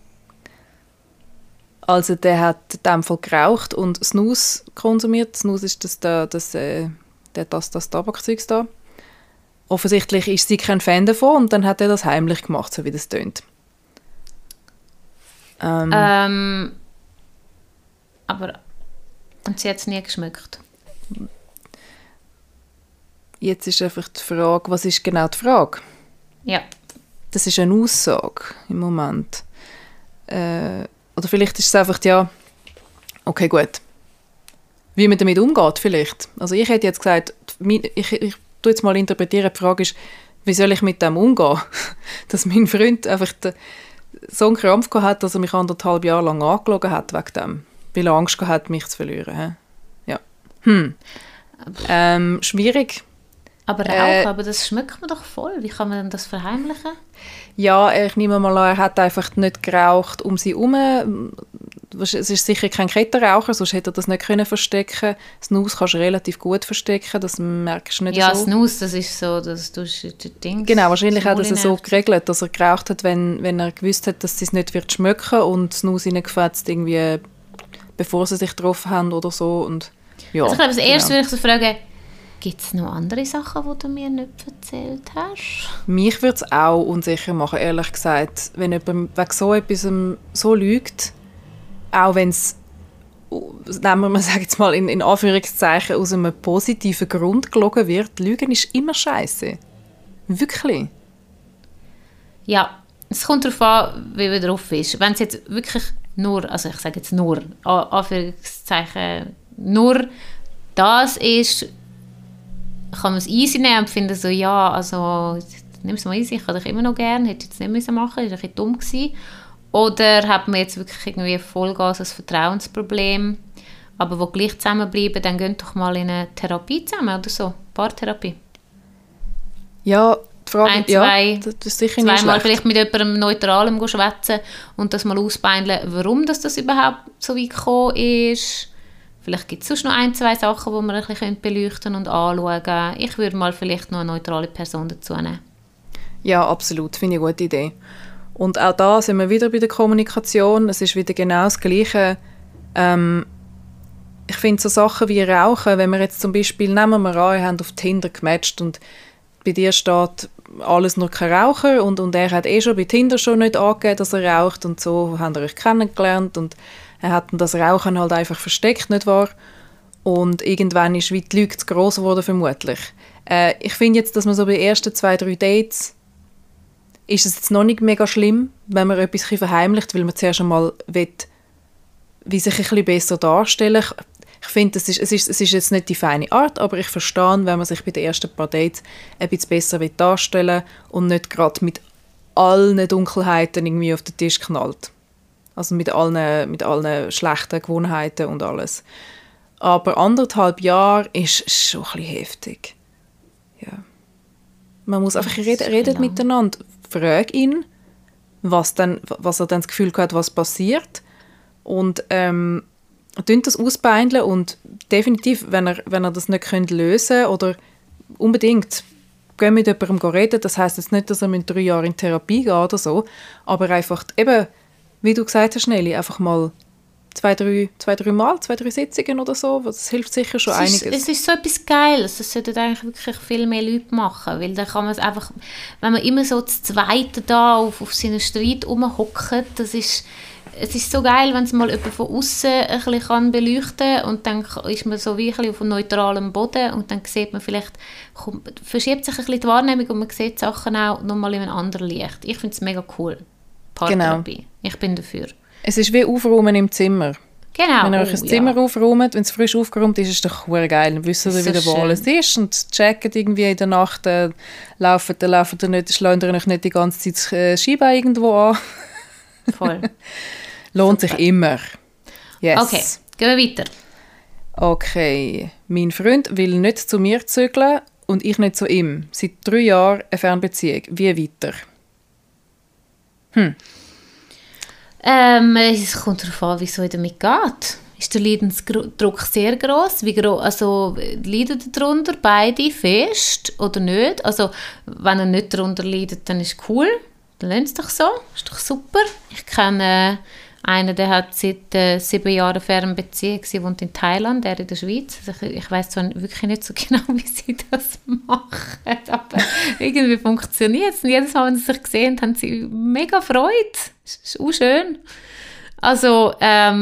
Also der hat in dem Fall geraucht und Snus konsumiert. Snus ist das Tabakzeug da. Offensichtlich ist sie kein Fan davon und dann hat er das heimlich gemacht, so wie das tönt. Aber und sie hat es nie geschmeckt. Jetzt ist einfach die Frage, was ist genau die Frage? Ja. Das ist eine Aussage im Moment. Oder vielleicht ist es einfach, ja, okay, gut. Wie man damit umgeht, vielleicht. Also ich hätte jetzt gesagt, ich tue jetzt mal interpretieren, die Frage ist, wie soll ich mit dem umgehen? Dass mein Freund einfach so einen Krampf hat, dass er mich 1,5 Jahre lang angelogen hat wegen dem. Weil er Angst hat, mich zu verlieren. Ja. Schwierig. Aber Rauchen, aber das schmeckt man doch voll. Wie kann man denn das verheimlichen? Ja, ich nehme mal an, er hat einfach nicht geraucht um sie herum. Es ist sicher kein Kettenraucher, sonst hätte er das nicht verstecken können. Snus kannst du relativ gut verstecken, das merkst du nicht so. Ja, Snus, das ist so, das tust du Dings. Genau, wahrscheinlich hat er es so geregelt, dass er geraucht hat, wenn er gewusst hat, dass es nicht wird schmecken und Snus reingefetzt, irgendwie, bevor sie sich getroffen haben oder so. Und, ja, also ich glaube, das Erste würde ich so fragen, gibt es noch andere Sachen, die du mir nicht erzählt hast? Mich würde es auch unsicher machen, ehrlich gesagt. Wenn jemand wegen so etwas so lügt, auch wenn es, nehmen wir sagen jetzt mal in Anführungszeichen, aus einem positiven Grund gelogen wird, Lügen ist immer scheiße. Wirklich. Ja, es kommt darauf an, wie man drauf ist. Wenn es jetzt wirklich nur, also ich sage jetzt nur, Anführungszeichen, nur das ist, kann man es easy nehmen und finden so, ja, also nimm es mal easy, ich kann dich immer noch gerne, hätte ich jetzt nicht müssen machen, ist ein bisschen dumm gewesen. Oder hat man jetzt wirklich irgendwie Vollgas ein Vertrauensproblem, aber wo gleich zusammenbleiben, dann geht doch mal in eine Therapie zusammen oder so, Paartherapie. Ja, die Frage, das ist sicher nicht zweimal vielleicht mit jemandem Neutralem schwätzen und das mal ausbeindeln, warum das überhaupt so weit gekommen ist. Vielleicht gibt es sonst noch 1, 2 Sachen, die man ein bisschen beleuchten und anschauen. Ich würde mal vielleicht noch eine neutrale Person dazu nehmen. Ja, absolut. Finde ich eine gute Idee. Und auch da sind wir wieder bei der Kommunikation. Es ist wieder genau das Gleiche. Ich finde so Sachen wie Rauchen, wenn wir jetzt zum Beispiel, nehmen wir an, wir haben auf Tinder gematcht und bei dir steht alles nur kein Raucher und er hat schon bei Tinder schon nicht angegeben, dass er raucht und so haben wir euch kennengelernt und er hat das Rauchen halt einfach versteckt, nicht wahr? Und irgendwann ist wie die Lüge zu gross geworden, vermutlich. Ich finde jetzt, dass man so bei den ersten 2, 3 Dates ist es jetzt noch nicht mega schlimm, wenn man etwas verheimlicht, weil man zuerst einmal will, wie sich ein bisschen besser darstellen. Ich finde, es ist jetzt nicht die feine Art, aber ich verstehe, wenn man sich bei den ersten paar Dates ein bisschen besser darstellen will und nicht gerade mit allen Dunkelheiten irgendwie auf den Tisch knallt. Also mit allen schlechten Gewohnheiten und alles. Aber 1,5 Jahre ist schon ein bisschen heftig. Ja. Man muss einfach reden miteinander. Frag ihn, was er dann das Gefühl hat, was passiert. Und das ausbeindeln und definitiv, wenn er das nicht lösen könnt, oder unbedingt gehen mit jemandem reden. Das heisst jetzt nicht, dass er mit 3 Jahren in Therapie geht oder so, aber einfach eben, wie du gesagt hast, Nelly, einfach mal 2, 3 Mal, 2, 3 Sitzungen oder so, das hilft sicher schon einiges. Es ist so etwas Geiles, das sollten eigentlich wirklich viel mehr Leute machen, weil dann kann man es einfach, wenn man immer so das Zweite da auf seinen Streit rumhockt, das ist es ist so geil, wenn es mal jemand von außen ein bisschen beleuchten kann und dann ist man so wie ein bisschen auf einem neutralen Boden und dann sieht man vielleicht, verschiebt sich ein bisschen die Wahrnehmung und man sieht Sachen auch nochmal in einem anderen Licht. Ich finde es mega cool. Paartherapie. Genau. Ich bin dafür. Es ist wie Aufräumen im Zimmer. Genau. Wenn ihr euch ein Zimmer aufräumt, wenn es frisch aufgeräumt ist, ist es doch geil. Dann wisst ihr wieder, wo alles ist und checkt irgendwie in der Nacht, laufen ihr nicht, schlagen ihr euch nicht die ganze Zeit das Schienbein irgendwo an. Voll. Lohnt sich immer. Yes. Okay, gehen wir weiter. Okay, mein Freund will nicht zu mir zügeln und ich nicht zu ihm. Seit 3 Jahren eine Fernbeziehung. Wie weiter? Es kommt darauf an, wie es damit geht. Ist der Leidensdruck sehr gross? Also leiden darunter beide fest oder nicht? Also wenn er nicht darunter leidet, dann ist es cool. Dann lasst es doch so. Ist doch super. Ich kenne einen, der hat seit 7 Jahren eine Fernbeziehung. Sie wohnt in Thailand, der in der Schweiz. Also ich weiss zwar wirklich nicht so genau, wie sie das machen, aber irgendwie funktioniert es. Und jedes Mal, wenn sie sich sehen, haben sie mega Freude. Das ist auch schön. Also,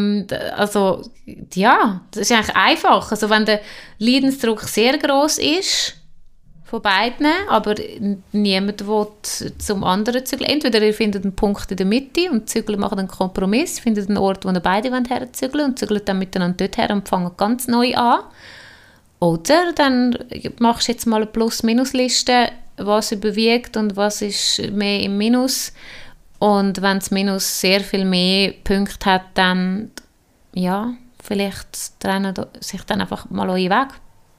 ja, das ist eigentlich einfach. Also wenn der Leidensdruck sehr gross ist, von beiden, aber niemand will zum anderen zügeln. Entweder ihr findet einen Punkt in der Mitte und zügeln, machen einen Kompromiss, findet einen Ort, wo ihr beide herzügeln und zügeln dann miteinander dort her und fangen ganz neu an. Oder dann machst du jetzt mal eine Plus-Minus-Liste, was überwiegt und was ist mehr im Minus. Und wenn das Minus sehr viel mehr Punkte hat, dann ja, vielleicht trennen sich dann einfach mal euren Weg.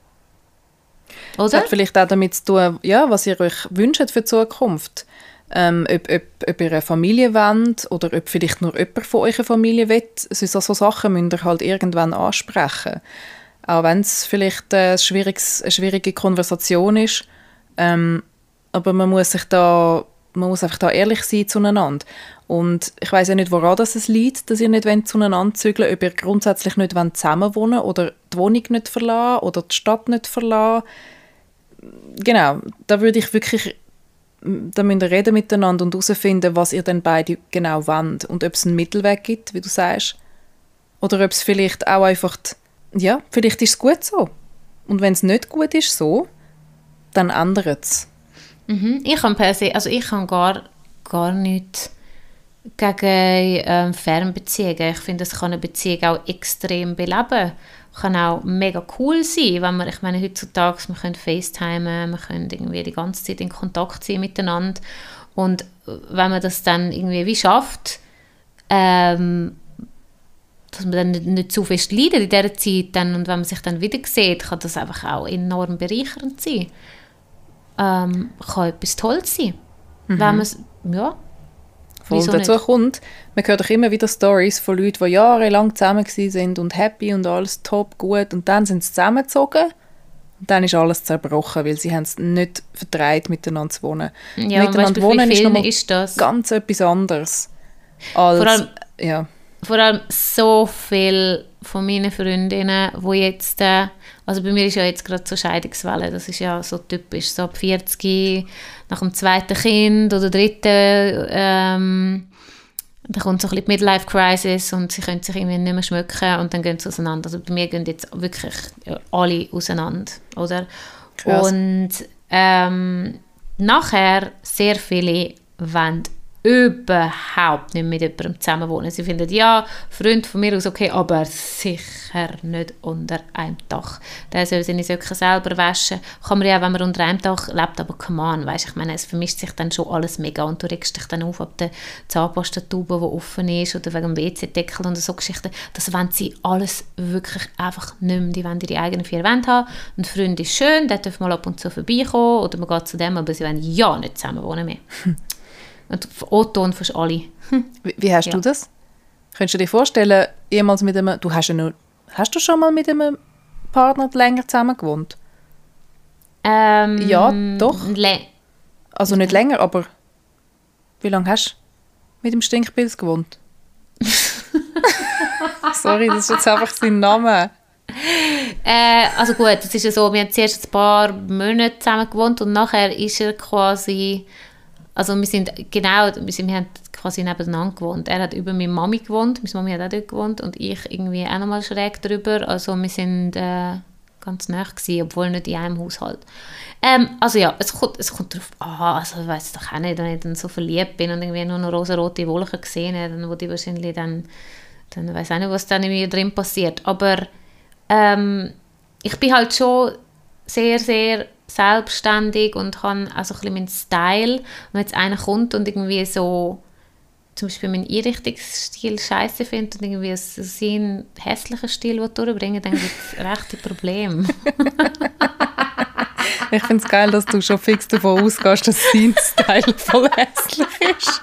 Oder? Das hat vielleicht auch damit zu tun, ja, was ihr euch wünscht für die Zukunft. Ob ihr eine Familie wollt oder ob vielleicht nur jemand von eurer Familie will. So Sachen müsst ihr halt irgendwann ansprechen. Auch wenn es vielleicht eine schwierige Konversation ist. Aber man muss einfach da ehrlich sein zueinander. Und ich weiss ja nicht, woran das liegt, dass ihr nicht zueinander zügeln wollt, ob ihr grundsätzlich nicht zusammen wohnen oder die Wohnung nicht verlassen oder die Stadt nicht verlassen. Genau, da würde ich wirklich, da müsst ihr reden miteinander und herausfinden, was ihr dann beide genau wollt und ob es einen Mittelweg gibt, wie du sagst. Oder ob es vielleicht auch einfach, ja, vielleicht ist es gut so. Und wenn es nicht gut ist so, dann ändert es. Ich habe per se, also ich habe gar nichts gegen Fernbeziehungen. Ich finde, es kann eine Beziehung auch extrem beleben. Kann auch mega cool sein, wenn man, ich meine, heutzutage, wir können FaceTimen, wir können irgendwie die ganze Zeit in Kontakt sein miteinander. Und wenn man das dann irgendwie wie schafft, dass man dann nicht zu fest leidet in dieser Zeit, dann, und wenn man sich dann wieder sieht, kann das einfach auch enorm bereichernd sein. Kann etwas Tolles sein. Wenn man ja, voll dazu kommt, man hört doch immer wieder Stories von Leuten, die jahrelang zusammen sind und happy und alles top, gut, und dann sind sie zusammengezogen und dann ist alles zerbrochen, weil sie haben es nicht vertraut, miteinander zu wohnen. Ja, miteinander wohnen ist nochmal ganz etwas anderes. Vor allem so viele von meinen Freundinnen, die jetzt, also bei mir ist ja jetzt gerade so Scheidungswelle, das ist ja so typisch, so ab 40, nach dem 2. Kind oder 3., da kommt so ein bisschen die Midlife-Crisis und sie können sich irgendwie nicht mehr schmücken und dann gehen sie auseinander. Also bei mir gehen jetzt wirklich alle auseinander, oder? Krass. Und nachher sehr viele wollen überhaupt nicht mit jemandem zusammenwohnen. Sie finden, ja, Freund von mir aus okay, aber sicher nicht unter einem Dach. Der soll seine Socken selber waschen. Kann man ja, wenn man unter einem Dach lebt, aber come on, weißt, ich meine, es vermischt sich dann schon alles mega und du regst dich dann auf, ob der Zahnpastatube, die offen ist oder wegen dem WC-Deckel und so Geschichten. Das wollen sie alles wirklich einfach nicht mehr. Die wollen ihre eigenen 4 Wände haben. Ein Freund ist schön, der darf mal ab und zu vorbeikommen oder man geht zu dem, aber sie wollen ja nicht zusammenwohnen mehr. Und Otto und fast alle. Wie hast du das? Könntest du dir vorstellen, jemals mit einem, hast du schon mal mit einem Partner länger zusammen gewohnt? Ja, doch. Also nicht länger, aber wie lange hast du mit dem Stinkpilz gewohnt? Sorry, das ist jetzt einfach sein Name. Also gut, es ist ja so, wir haben zuerst ein paar Monate zusammen gewohnt und nachher ist er quasi... Also wir haben quasi nebeneinander gewohnt. Er hat über meine Mami gewohnt, meine Mami hat auch dort gewohnt und ich irgendwie auch nochmal schräg drüber. Also wir sind ganz nah gewesen, obwohl nicht in einem Haushalt. Also ja, es kommt darauf an, also ich weiss doch auch nicht, wenn ich dann so verliebt bin und irgendwie nur noch rosa-rote Wolken gesehen habe, dann würde ich wahrscheinlich dann weiss ich nicht, was dann in mir drin passiert. Aber ich bin halt schon sehr, sehr selbstständig und habe also ein bisschen meinen Style. Und wenn jetzt einer kommt und irgendwie so zum Beispiel meinen Einrichtungsstil scheiße findet und irgendwie so seinen hässlichen Stil durchbringen, dann gibt es rechte Probleme. Ich finde es geil, dass du schon fix davon ausgehst, dass sein Style voll hässlich ist.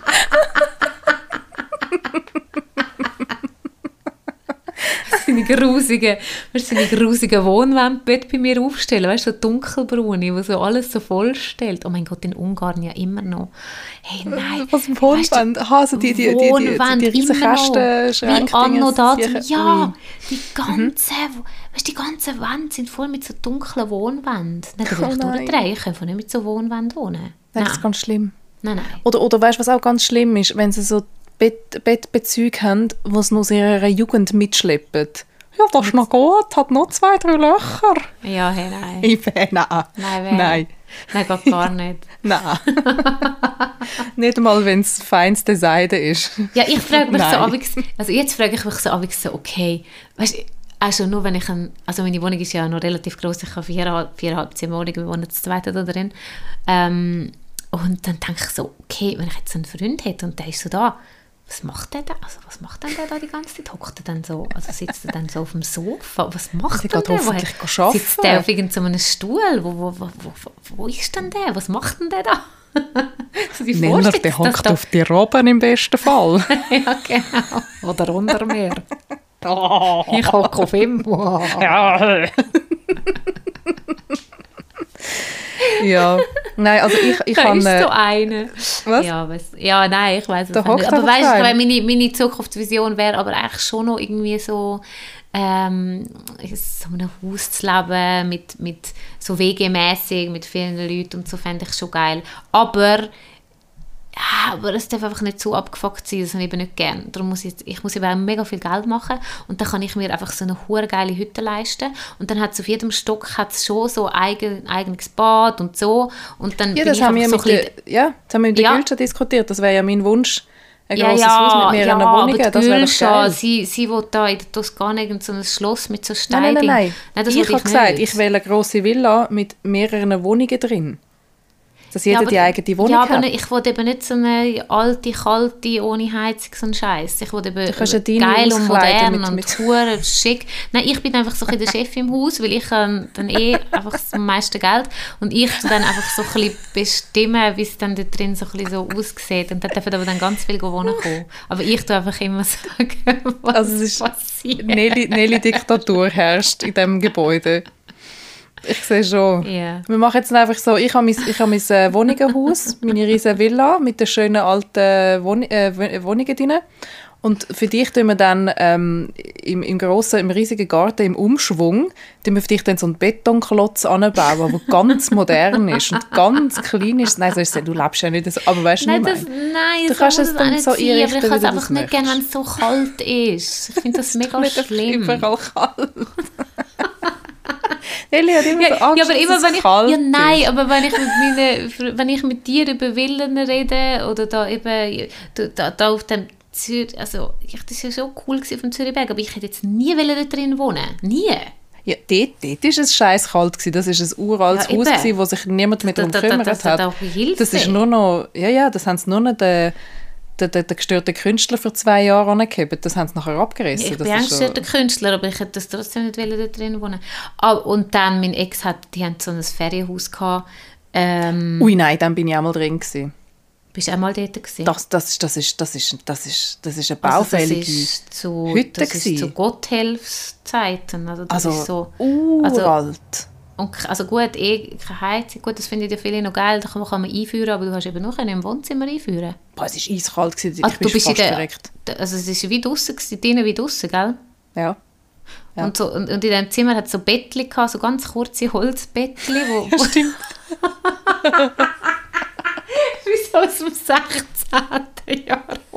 Seine grusigen Wohnwände bei mir aufstellen, weißt du, so dunkelbraune, wo so alles so vollstellt. Oh mein Gott, in Ungarn ja immer noch. Hey, nein. Was im Wohnwand? Aha, also die riesen Kästenschränke. Ja, die ganzen Wände sind voll mit so dunklen Wohnwänden. Nein, da will ich durchdrehen. Ich kann nicht mit so Wohnwänden wohnen. Nein, das ist ganz schlimm. Nein. Oder weißt du, was auch ganz schlimm ist, wenn sie so Bettbezüge haben, die sie aus ihrer Jugend mitschleppen. Ja, das ist noch gut, hat noch 2, 3 Löcher. Ja, hey, nein. Nein, geht gar nicht. Nein. Nicht mal, wenn es feinste Seide ist. Ja, ich frage mich jetzt frage ich mich so, okay, weißt du, also nur wenn also meine Wohnung ist ja noch relativ gross, ich habe 4,5 Zimmer, wir wohnen zu zweit da drin. Und dann denke ich so, okay, wenn ich jetzt einen Freund hätte und der ist so da, was macht der da? Also was macht denn der da die ganze Zeit? Hockt er dann so, also sitzt er dann so auf dem Sofa? Was macht denn der? Sitzt der auf irgendeinem Stuhl? Wo ist denn der? Was macht denn der da? Neller, der hockt auf die Robben im besten Fall. Ja, genau. Oder unter mir. Ich hocke auf ihm. Ja. Ja, nein, also ich habe... Da ist so eine. Was? Ja, nein, ich weiss es nicht. Aber weißt du, meine Zukunftsvision wäre aber eigentlich schon noch irgendwie so so einem Haus zu leben, mit so WG-mässig, mit vielen Leuten und so, fände ich schon geil. Aber es darf einfach nicht so abgefuckt sein, das habe ich eben nicht gerne. Darum muss ich muss eben auch mega viel Geld machen und dann kann ich mir einfach so eine geile Hütte leisten und dann hat es auf jedem Stock hat's schon so ein eigenes Bad und so und dann das haben wir mit der Gülscha diskutiert, das wäre ja mein Wunsch, ein grosses Haus mit mehreren Wohnungen, aber das wäre geil. Sie will da in der Toskana so ein Schloss mit so Steinen. Nein, ich habe gesagt, ich will eine grosse Villa mit mehreren Wohnungen drin. Dass jeder die eigene Wohnung hat. Aber ich will eben nicht so eine alte, kalte, ohne Heizung, so einen Scheiß. Ich will eben geil und modern und hure schick. Nein, ich bin einfach so ein der Chef im Haus, weil ich dann einfach am meisten Geld und ich tue dann einfach so ein bisschen bestimmen, wie es dann da drin so ein bisschen so aussieht. Und da dürfen aber dann ganz viel wohnen kommen. Aber ich tue einfach immer sagen, was passiert. Nelly-Diktatur herrscht in diesem Gebäude. Ich sehe schon. Yeah. Wir machen jetzt einfach so, ich habe mein Wohnenhaus, meine riesige Villa mit den schönen alten Wohnungen drin. Und für dich tun wir dann im riesigen Garten, im Umschwung, tun wir für dich dann so einen Betonklotz anbauen, der ganz modern ist und ganz klein ist. Nein, du lebst ja nicht so, aber weißt du, nein, du kannst es dann so aber einrichten, ich kann es einfach nicht gerne, wenn es so kalt ist. Ich finde das mega schlimm. Überall kalt. Nelly hat immer so Angst, aber immer, wenn es kalt ist. Nein, aber wenn ich mit dir über Villen rede oder da eben da auf dem Zürich, also das war ja schon cool auf dem Zürichberg, aber ich hätte jetzt nie dort drin wohnen. Nie. Ja, dort war es scheiß kalt. Das war ein uraltes Haus, wo sich niemand mehr darum gekümmert hat. Das ist nur noch, das haben sie nur noch den gestörten Künstler für 2 Jahre angegeben. Das haben sie nachher abgerissen. Ich bin ein gestörter Künstler, aber ich hätte das trotzdem nicht dort drin wohnen. Und dann, mein Ex die hatten so ein Ferienhaus gehabt. Ui, nein, dann bin ich auch mal drin gewesen. Bist du auch mal dort gewesen? Das ist eine baufällige Hütte. Das ist zu Gotthilfszeiten. Also ist so, uralt. Also gut, keine Heizung, gut, das finde ich ja viele noch geil, da kann man einführen, aber du hast eben noch im Wohnzimmer einführen. Boah, es war eiskalt, ich bin fast direkt. Also es war wie draussen, drinnen wie draussen, gell? Ja. Und in diesem Zimmer hat es so Bettchen gehabt, so ganz kurze Holzbettchen, wo... Ja, stimmt. wie so aus dem 16. Jahrhundert.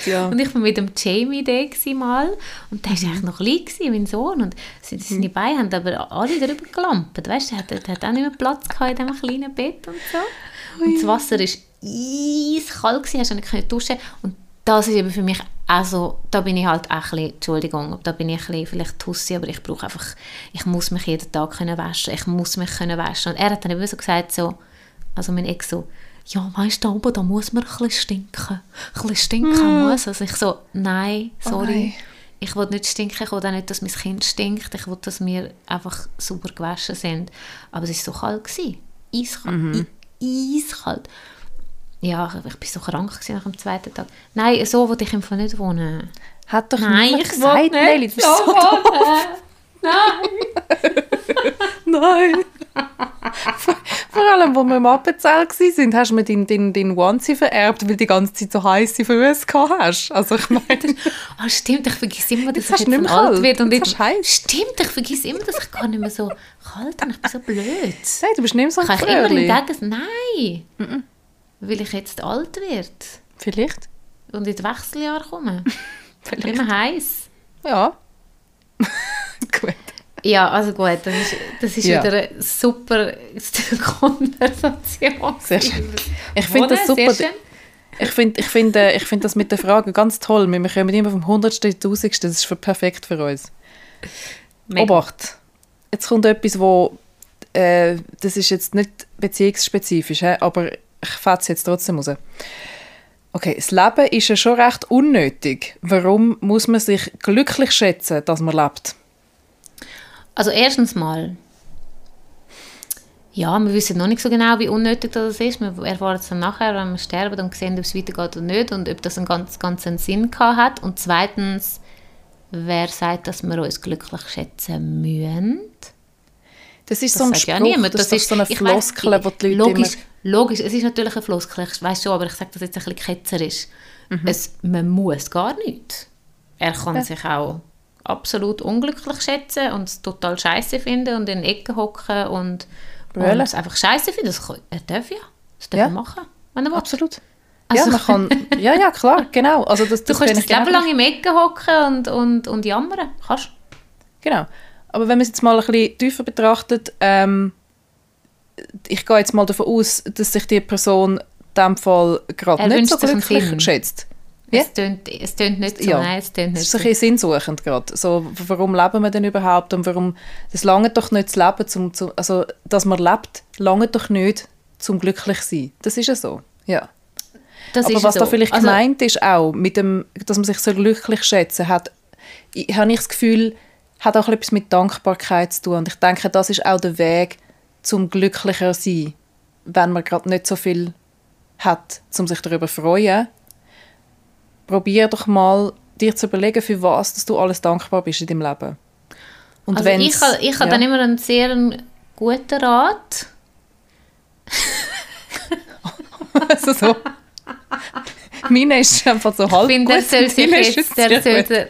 ja. Und ich war mit dem Jamie da mal und der war eigentlich noch klein gewesen, mein Sohn. Und seine Beine haben aber alle drüber gelampt. Weißt du, der hat auch nicht mehr Platz gehabt in diesem kleinen Bett und so. Und das Wasser war eiskalt gewesen, hast du nicht duschen. Und das ist eben für mich auch so, da bin ich halt auch ein bisschen, Entschuldigung, da bin ich ein bisschen vielleicht Tussi, aber ich brauche einfach, ich muss mich jeden Tag können waschen, ich muss mich können waschen. Und er hat dann eben so gesagt, so, also mein Ex so, ja, weißt du, aber da muss man ein bisschen stinken. Ein bisschen stinken muss. Also ich so, nein, sorry. Ich will nicht stinken, ich will auch nicht, dass mein Kind stinkt. Ich will, dass wir einfach sauber gewaschen sind. Aber es war so kalt gewesen. Eiskalt. Eiskalt. Ja, ich war so krank nach dem zweiten Tag. Nein, so wollte ich einfach nicht wohnen. Hat doch niemand gesagt, Nelly, du bist so doof. Nein. Nein. Vor allem, als wir im Appenzell waren, hast du mir deinen Onesie vererbt, weil du die ganze Zeit so heisse Füße gehabt hast. Also ich meine... Stimmt, ich vergesse immer, dass jetzt ich jetzt alt werde. Und Stimmt, ich vergesse immer, dass ich gar nicht mehr so kalt bin. Ich bin so blöd. Nein, du bist nicht mehr so ein Kann ich immer entdecken, nein. Weil ich jetzt alt werde. Vielleicht. Und in die Wechseljahre komme. Vielleicht. Immer heiß. Ja. Gut. Ja, also gut, das ist wieder eine super Konversation. Sehr schön. Ich finde das super. Ich finde das mit den Fragen ganz toll. Wir kommen immer vom 100. ins 1000. Das ist perfekt für uns. Obacht. Jetzt kommt etwas, wo das ist jetzt nicht beziehungsspezifisch, aber ich fälle es jetzt trotzdem raus. Okay, das Leben ist ja schon recht unnötig. Warum muss man sich glücklich schätzen, dass man lebt? Also erstens mal, ja, wir wissen noch nicht so genau, wie unnötig das ist. Wir erfahren es dann nachher, wenn wir sterben und sehen, ob es weitergeht oder nicht und ob das einen ganzen Sinn gehabt hat. Und zweitens, wer sagt, dass wir uns glücklich schätzen müssen? Das ist so ein Spruch, niemand. Das ist so eine Floskel, die die Leute logisch, es ist natürlich eine Floskel, ich weiss schon, aber ich sage das jetzt ein bisschen ketzerisch. Man muss gar nichts. Er kann sich auch absolut unglücklich schätzen und es total scheiße finden und in den Ecken hocken und es einfach scheiße finden. Er darf ja. Das darf er machen, wenn er will. Absolut. Also, ja, man kann, ja, klar, genau. Also das du kannst das Leben lang im Ecken hocken und jammern. Kannst. Genau. Aber wenn man es jetzt mal ein bisschen tiefer betrachtet, ich gehe jetzt mal davon aus, dass sich die Person in diesem Fall gerade nicht so glücklich schätzt. Es tönt nicht so, nein, es tönt nicht so. Es ist ein bisschen sinnsuchend gerade. So, warum leben wir denn überhaupt und warum, das lange doch nicht zu leben, also dass man lebt, lange doch nicht zum glücklich sein. Das ist ja so, ja. Das aber ist was so. da vielleicht gemeint ist auch, mit dem, dass man sich so glücklich schätzen hat, habe ich das Gefühl, hat auch etwas mit Dankbarkeit zu tun. Und ich denke, das ist auch der Weg zum glücklicher sein, wenn man gerade nicht so viel hat, um sich darüber zu freuen. Probier doch mal, dir zu überlegen, für was dass du alles dankbar bist in deinem Leben. Und also ich habe dann immer einen sehr guten Rat. Also so. Meine ist einfach so halb gut. Ich finde,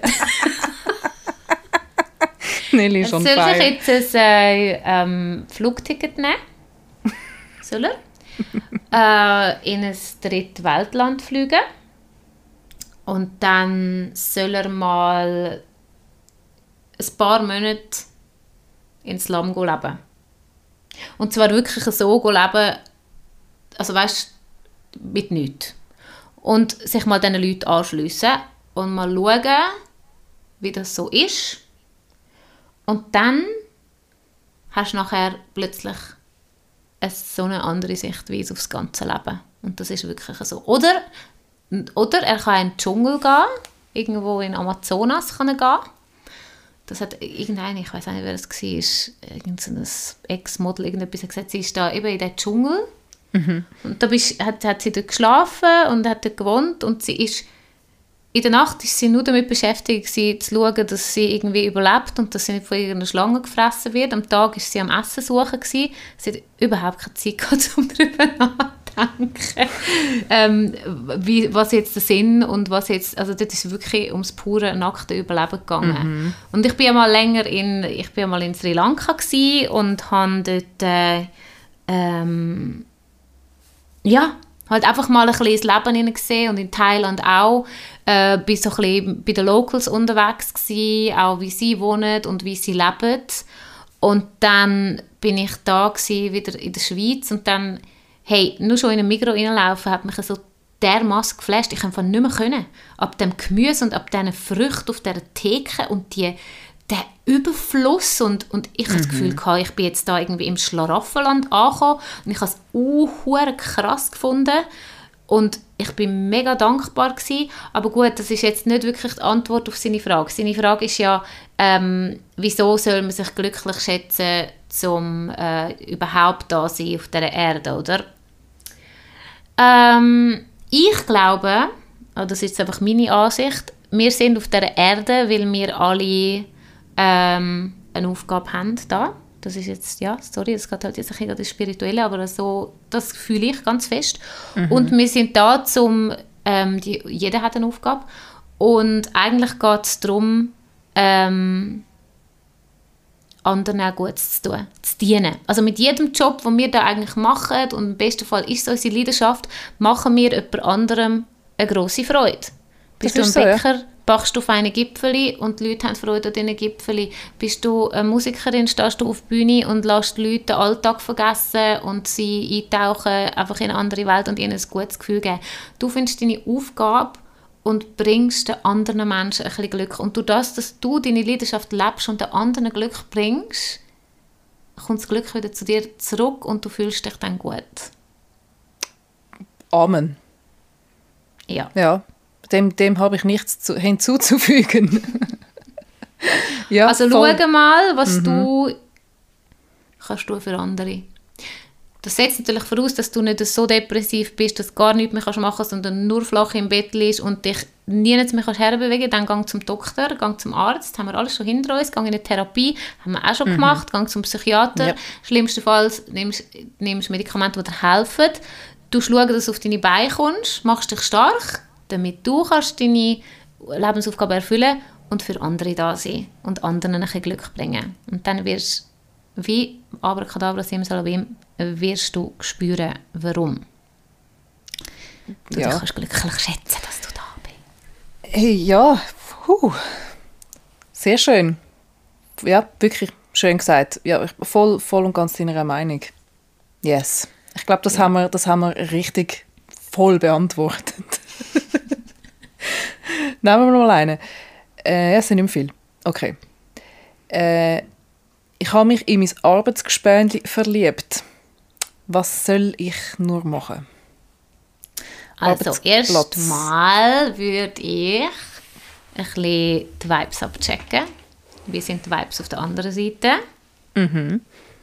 Nelly ist schon soll sich jetzt ein Flugticket nehmen? Soll er? In ein Drittweltland fliegen. Und dann soll er mal ein paar Monate ins Slum leben. Und zwar wirklich so leben, also weißt, mit nichts. Und sich mal diesen Leuten anschliessen und mal schauen, wie das so ist. Und dann hast du nachher plötzlich so eine andere Sichtweise aufs ganze Leben. Und das ist wirklich so. Oder er kann in den Dschungel gehen, irgendwo in Amazonas kann er gehen. Das hat irgendein, ich weiß nicht, wer das war, irgendein Ex-Model, irgendetwas gesagt, sie ist da eben in den Dschungel. Und da hat sie dort geschlafen und hat dort gewohnt und sie ist in der Nacht ist sie nur damit beschäftigt, zu schauen, dass sie irgendwie überlebt und dass sie nicht von irgendeiner Schlange gefressen wird. Am Tag war sie am Essen suchen. Sie hat überhaupt keine Zeit gehabt, um darüber nachzudenken, was jetzt der Sinn und was jetzt, also dort ist wirklich ums pure nackte Überleben gegangen. Und ich bin ja mal in Sri Lanka gsi und habe dort halt einfach mal ein bisschen das Leben gesehen und in Thailand auch. Bin so ein bisschen bei den Locals unterwegs gewesen, auch wie sie wohnen und wie sie leben. Und dann bin ich da gewesen, wieder in der Schweiz und dann, hey, nur schon in einem Migros reinlaufen hat mich so dermassen geflasht. Ich konnte nicht mehr können. Ab dem Gemüse und ab diesen Früchten auf dieser Theke und der Überfluss und ich habe das Gefühl gehabt, ich bin jetzt da irgendwie im Schlaraffenland angekommen und ich habe es hure krass gefunden und ich bin mega dankbar gewesen. Aber gut, das ist jetzt nicht wirklich die Antwort auf seine Frage. Seine Frage ist ja, wieso soll man sich glücklich schätzen, um überhaupt da sein auf dieser Erde, oder? Ich glaube, das ist jetzt einfach meine Ansicht, wir sind auf dieser Erde, weil wir alle eine Aufgabe haben da. Das ist jetzt, ja, sorry, das geht halt jetzt ein bisschen das Spirituelle, aber so, das fühle ich ganz fest. Und wir sind da jeder hat eine Aufgabe und eigentlich geht es darum, anderen auch Gutes zu tun, zu dienen. Also mit jedem Job, den wir da eigentlich machen, und im besten Fall ist es unsere Leidenschaft, machen wir jemand anderem eine grosse Freude. Bist du ein Bäcker, backst du feine Gipfeli und die Leute haben Freude an diesen Gipfeli. Bist du eine Musikerin, stehst du auf der Bühne und lässt die Leute den Alltag vergessen und sie eintauchen einfach in eine andere Welt und ihnen ein gutes Gefühl geben. Du findest deine Aufgabe und bringst den anderen Menschen ein bisschen Glück. Und durch das, dass du deine Leidenschaft lebst und den anderen Glück bringst, kommt das Glück wieder zu dir zurück und du fühlst dich dann gut. Amen. Ja. Ja. Dem habe ich nichts hinzuzufügen. Ja, also schau mal, was du kannst tun für andere. Das setzt natürlich voraus, dass du nicht so depressiv bist, dass du gar nichts mehr machen kannst, sondern nur flach im Bett liegst und dich nirgends mehr herbewegen kannst. Dann geh zum Doktor, geh zum Arzt, das haben wir alles schon hinter uns, geh in eine Therapie, haben wir auch schon gemacht, geh zum Psychiater. Ja. Schlimmstenfalls nimmst du Medikamente, die dir helfen. Du schaust, dass du auf deine Beine kommst, machst dich stark, damit du kannst deine Lebensaufgabe erfüllen und für andere da sein und anderen ein bisschen Glück bringen. Und dann wirst du, wie Abracadabra Simsalabim, wirst du spüren, warum. Du dich kannst glücklich schätzen, dass du da bist. Hey, ja, sehr schön. Ja, wirklich schön gesagt. Ja, voll und ganz deiner Meinung. Yes. Ich glaube, das haben wir richtig voll beantwortet. Nehmen wir mal eine. Es sind nicht mehr viel. Okay. Ich habe mich in mein Arbeitsgespönli verliebt. Was soll ich nur machen? Also erst mal würde ich ein bisschen die Vibes abchecken. Wie sind die Vibes auf der anderen Seite? Und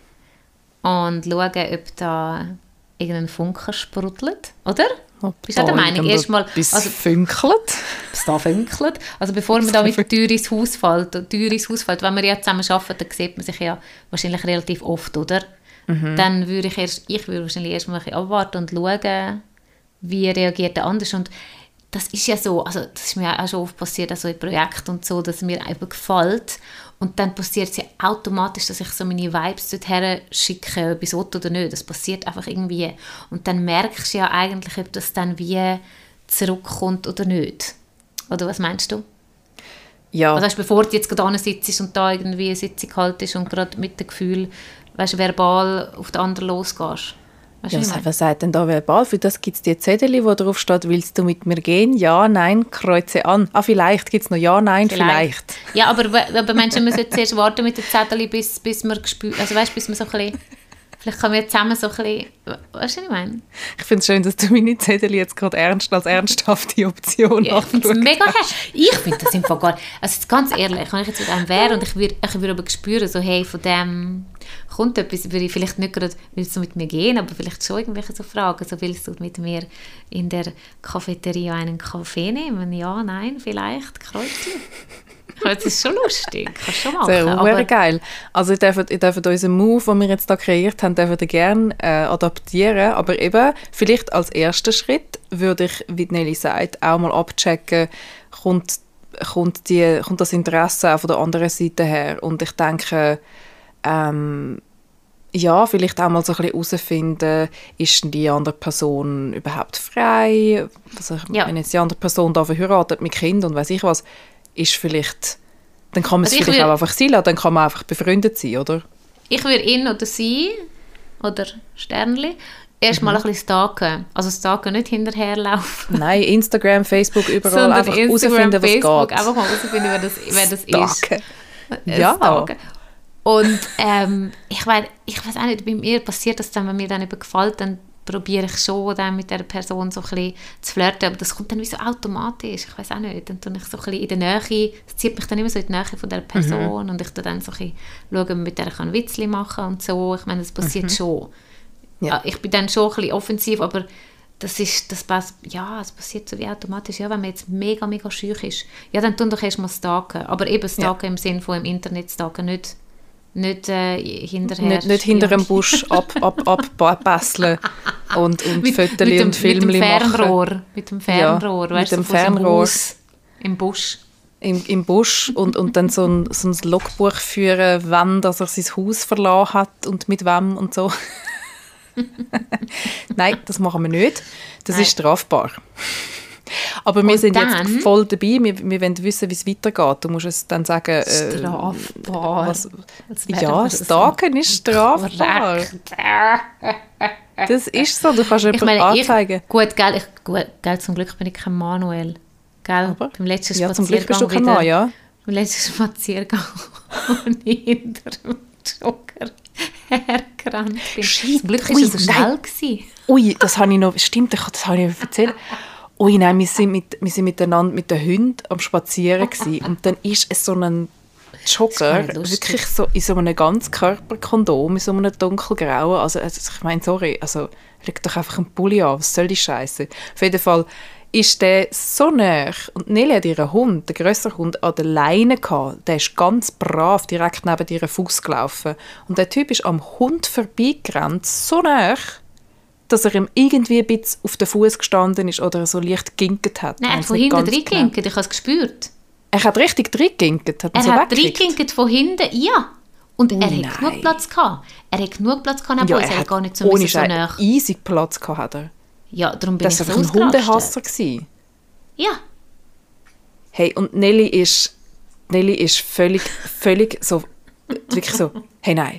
schauen, ob da irgendein Funken sprudelt, oder? Bist du der Meinung? Erstmal, bis fünkelt. Bis da fünkelt. Also bevor man da mit Tür ins Haus fällt, wenn wir ja zusammen arbeiten, dann sieht man sich ja wahrscheinlich relativ oft, oder? Dann würde ich wahrscheinlich erst mal ein bisschen abwarten und schauen, wie reagiert der andere. Und das ist ja so, also das ist mir auch schon oft passiert, also in Projekten und so, dass mir einfach gefällt. Und dann passiert es ja automatisch, dass ich so meine Vibes dorthin schicke, ob ich will oder nicht. Das passiert einfach irgendwie. Und dann merkst du ja eigentlich, ob das dann wie zurückkommt oder nicht. Oder was meinst du? Ja. Also bevor du jetzt gerade sitzt und da irgendwie eine Sitzung haltest und gerade mit dem Gefühl, weißt, verbal auf den anderen losgehst. Weißt ja, was sagt denn da verbal? Für das gibt es die Zettel, wo drauf steht, willst du mit mir gehen? Ja, nein, kreuze an. Ah, vielleicht gibt es noch ja, nein, vielleicht. Ja, aber meinst du, wir sollten zuerst warten mit den Zetteln, bis wir gespürt, also weißt, bis wir so ein bisschen, vielleicht können wir zusammen so ein bisschen, weißt du, was ich meine? Ich finde es schön, dass du meine Zettel jetzt gerade als ernsthafte Option ja, ich finde es mega ich finde das im Fall gar nicht, also jetzt ganz ehrlich, wenn ich jetzt mit einem wäre und ich würde aber spüren, so hey, von dem kommt etwas, würde ich vielleicht nicht gerade, willst du mit mir gehen, aber vielleicht schon irgendwelche so Fragen, so willst du mit mir in der Cafeteria einen Kaffee nehmen? Ja, nein, vielleicht, Kreuzchen. Das ist schon lustig, kannst du schon machen. Sehr geil. Also ihr dürft unseren Move, den wir jetzt da kreiert haben, dürft ihr gerne adaptieren, aber eben, vielleicht als ersten Schritt würde ich, wie Nelly sagt, auch mal abchecken, kommt das Interesse auch von der anderen Seite her. Und ich denke, ja, vielleicht auch mal so ein bisschen herausfinden, ist denn die andere Person überhaupt frei? Also, wenn jetzt die andere Person da verheiratet mit Kind und weiss ich was, ist vielleicht, dann kann man es vielleicht auch einfach sein lassen, dann kann man einfach befreundet sein, oder? Ich würde ihn oder sie, oder Sternli, erstmal ein bisschen stalken. Also stalken, nicht hinterherlaufen. Nein, Instagram, Facebook, überall sondern einfach herausfinden, was Facebook, geht. Einfach mal herausfinden, wer das Stalken. ist. Ja. Stalken. Und ich weiß auch nicht, bei mir passiert das dann, wenn mir dann eben gefällt, dann probiere ich schon dann mit dieser Person so ein bisschen zu flirten, aber das kommt dann wie so automatisch, ich weiß auch nicht, dann tue ich so ein bisschen in der Nähe, es zieht mich dann immer so in die Nähe von dieser Person und ich tue dann so ein bisschen schauen, mit der ich ein Witzchen machen und so, ich meine, das passiert schon. Ja. Ich bin dann schon ein bisschen offensiv, aber das passiert so wie automatisch, ja, wenn man jetzt mega, mega schüch ist, ja, dann tun doch erstmal stalken, aber eben stalken im Sinne von im Internet stalken, nicht hinterher. Nicht hinter dem Busch abbasteln und Fotos und Filme machen. Mit dem Fernrohr. Ja, mit dem Fernrohr. Im Busch. Im Busch und dann so ein Logbuch führen, wann dass er sein Haus verlassen hat und mit wem und so. Nein, das machen wir nicht. Das ist strafbar. Aber wir sind jetzt voll dabei, wir wollen wissen, wie es weitergeht. Du musst es dann sagen... strafbar. Ja, Stalken ist strafbar. Das ist so, du kannst jemanden anzeigen. Gell, zum Glück bin ich kein Manuel. Gell, beim letzten Spaziergang zum Glück bist du kein Mann, ja. Beim letzten Spaziergang, wo ich hinter dem Jogger hergerannt bin. Zum Glück war es so schnell gewesen. Ui, das habe ich noch... Stimmt, das habe ich noch erzählt. Ui, nein, wir sind miteinander mit den Hunden am Spazieren gewesen. Und dann ist es so ein Jogger, wirklich so in so einem Ganzkörperkondom, in so einem dunkelgrauen, also ich meine, sorry, also leg doch einfach einen Pulli an, was soll die Scheiße? Auf jeden Fall ist der so nah und Nelly hat ihren Hund, der grössere Hund, an der Leine gehabt. Der ist ganz brav direkt neben ihren Fuß gelaufen. Und der Typ ist am Hund vorbeigerannt, so nah, dass er ihm irgendwie ein bisschen auf den Fuß gestanden ist oder so leicht geginkt hat. Nein, er hat von hinten reingeginkt, ich habe es gespürt. Er hat richtig reingeginkt? Er hat reingeginkt von hinten, ja. Und er hat genug Platz gehabt. Er hat genug Platz gehabt, obwohl er gar nicht so nah. Easy Platz gehabt hat er. Ja, darum bin ich so ausgerastet. Das war ein Hundehasser gewesen. Ja. Hey, und Nelly ist völlig so, wirklich so, hey nein,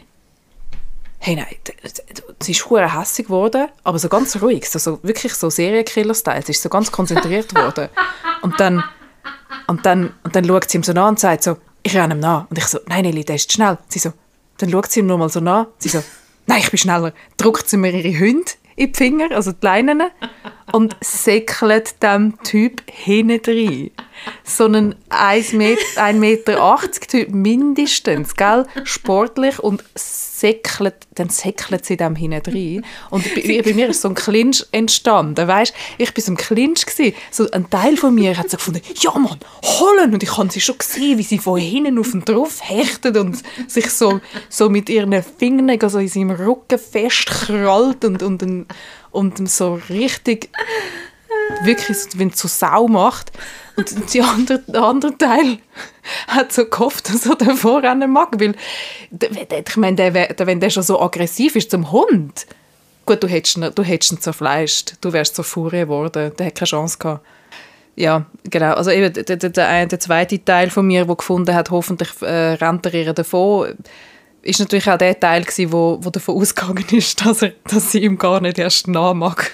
sie ist verdammt hässig geworden, aber so ganz ruhig, so wirklich so Serienkiller-Style. Sie ist so ganz konzentriert worden. Und dann schaut sie ihm so nach und sagt so, ich renne ihm nach. Und ich so, nein Nelly, der ist zu schnell. Sie so, dann schaut sie ihm noch mal so nach. Sie so, nein, ich bin schneller. Drückt sie mir ihre Hunde in die Finger, also die Leinen, und säckelt dem Typ hinten rein. So einen 1,80 Meter Typ mindestens, gell? Sportlich, und dann säckelt sie dem hinten rein. Und bei mir ist so ein Clinch entstanden, weißt? Ich war so im Clinch gewesen. So ein Teil von mir hat so gefunden, ja Mann, holen! Und ich habe sie schon gesehen, wie sie von hinten auf ihn drauf hechtet und sich so mit ihren Fingern so in seinem Rücken festkrallt und so richtig wirklich, wenn es so Sau macht. Und der andere Teil hat so gehofft, dass er den vorrennen mag, weil ich meine, wenn der schon so aggressiv ist zum Hund, gut, du hättest ihn zerfleischt, du wärst zur Furie geworden, der hätte keine Chance gehabt. Ja, genau, also eben der zweite Teil von mir, der gefunden hat, hoffentlich rennt er ihr davon, ist natürlich auch der Teil gewesen, wo davon ausgegangen ist, dass sie ihm gar nicht erst nahe mag.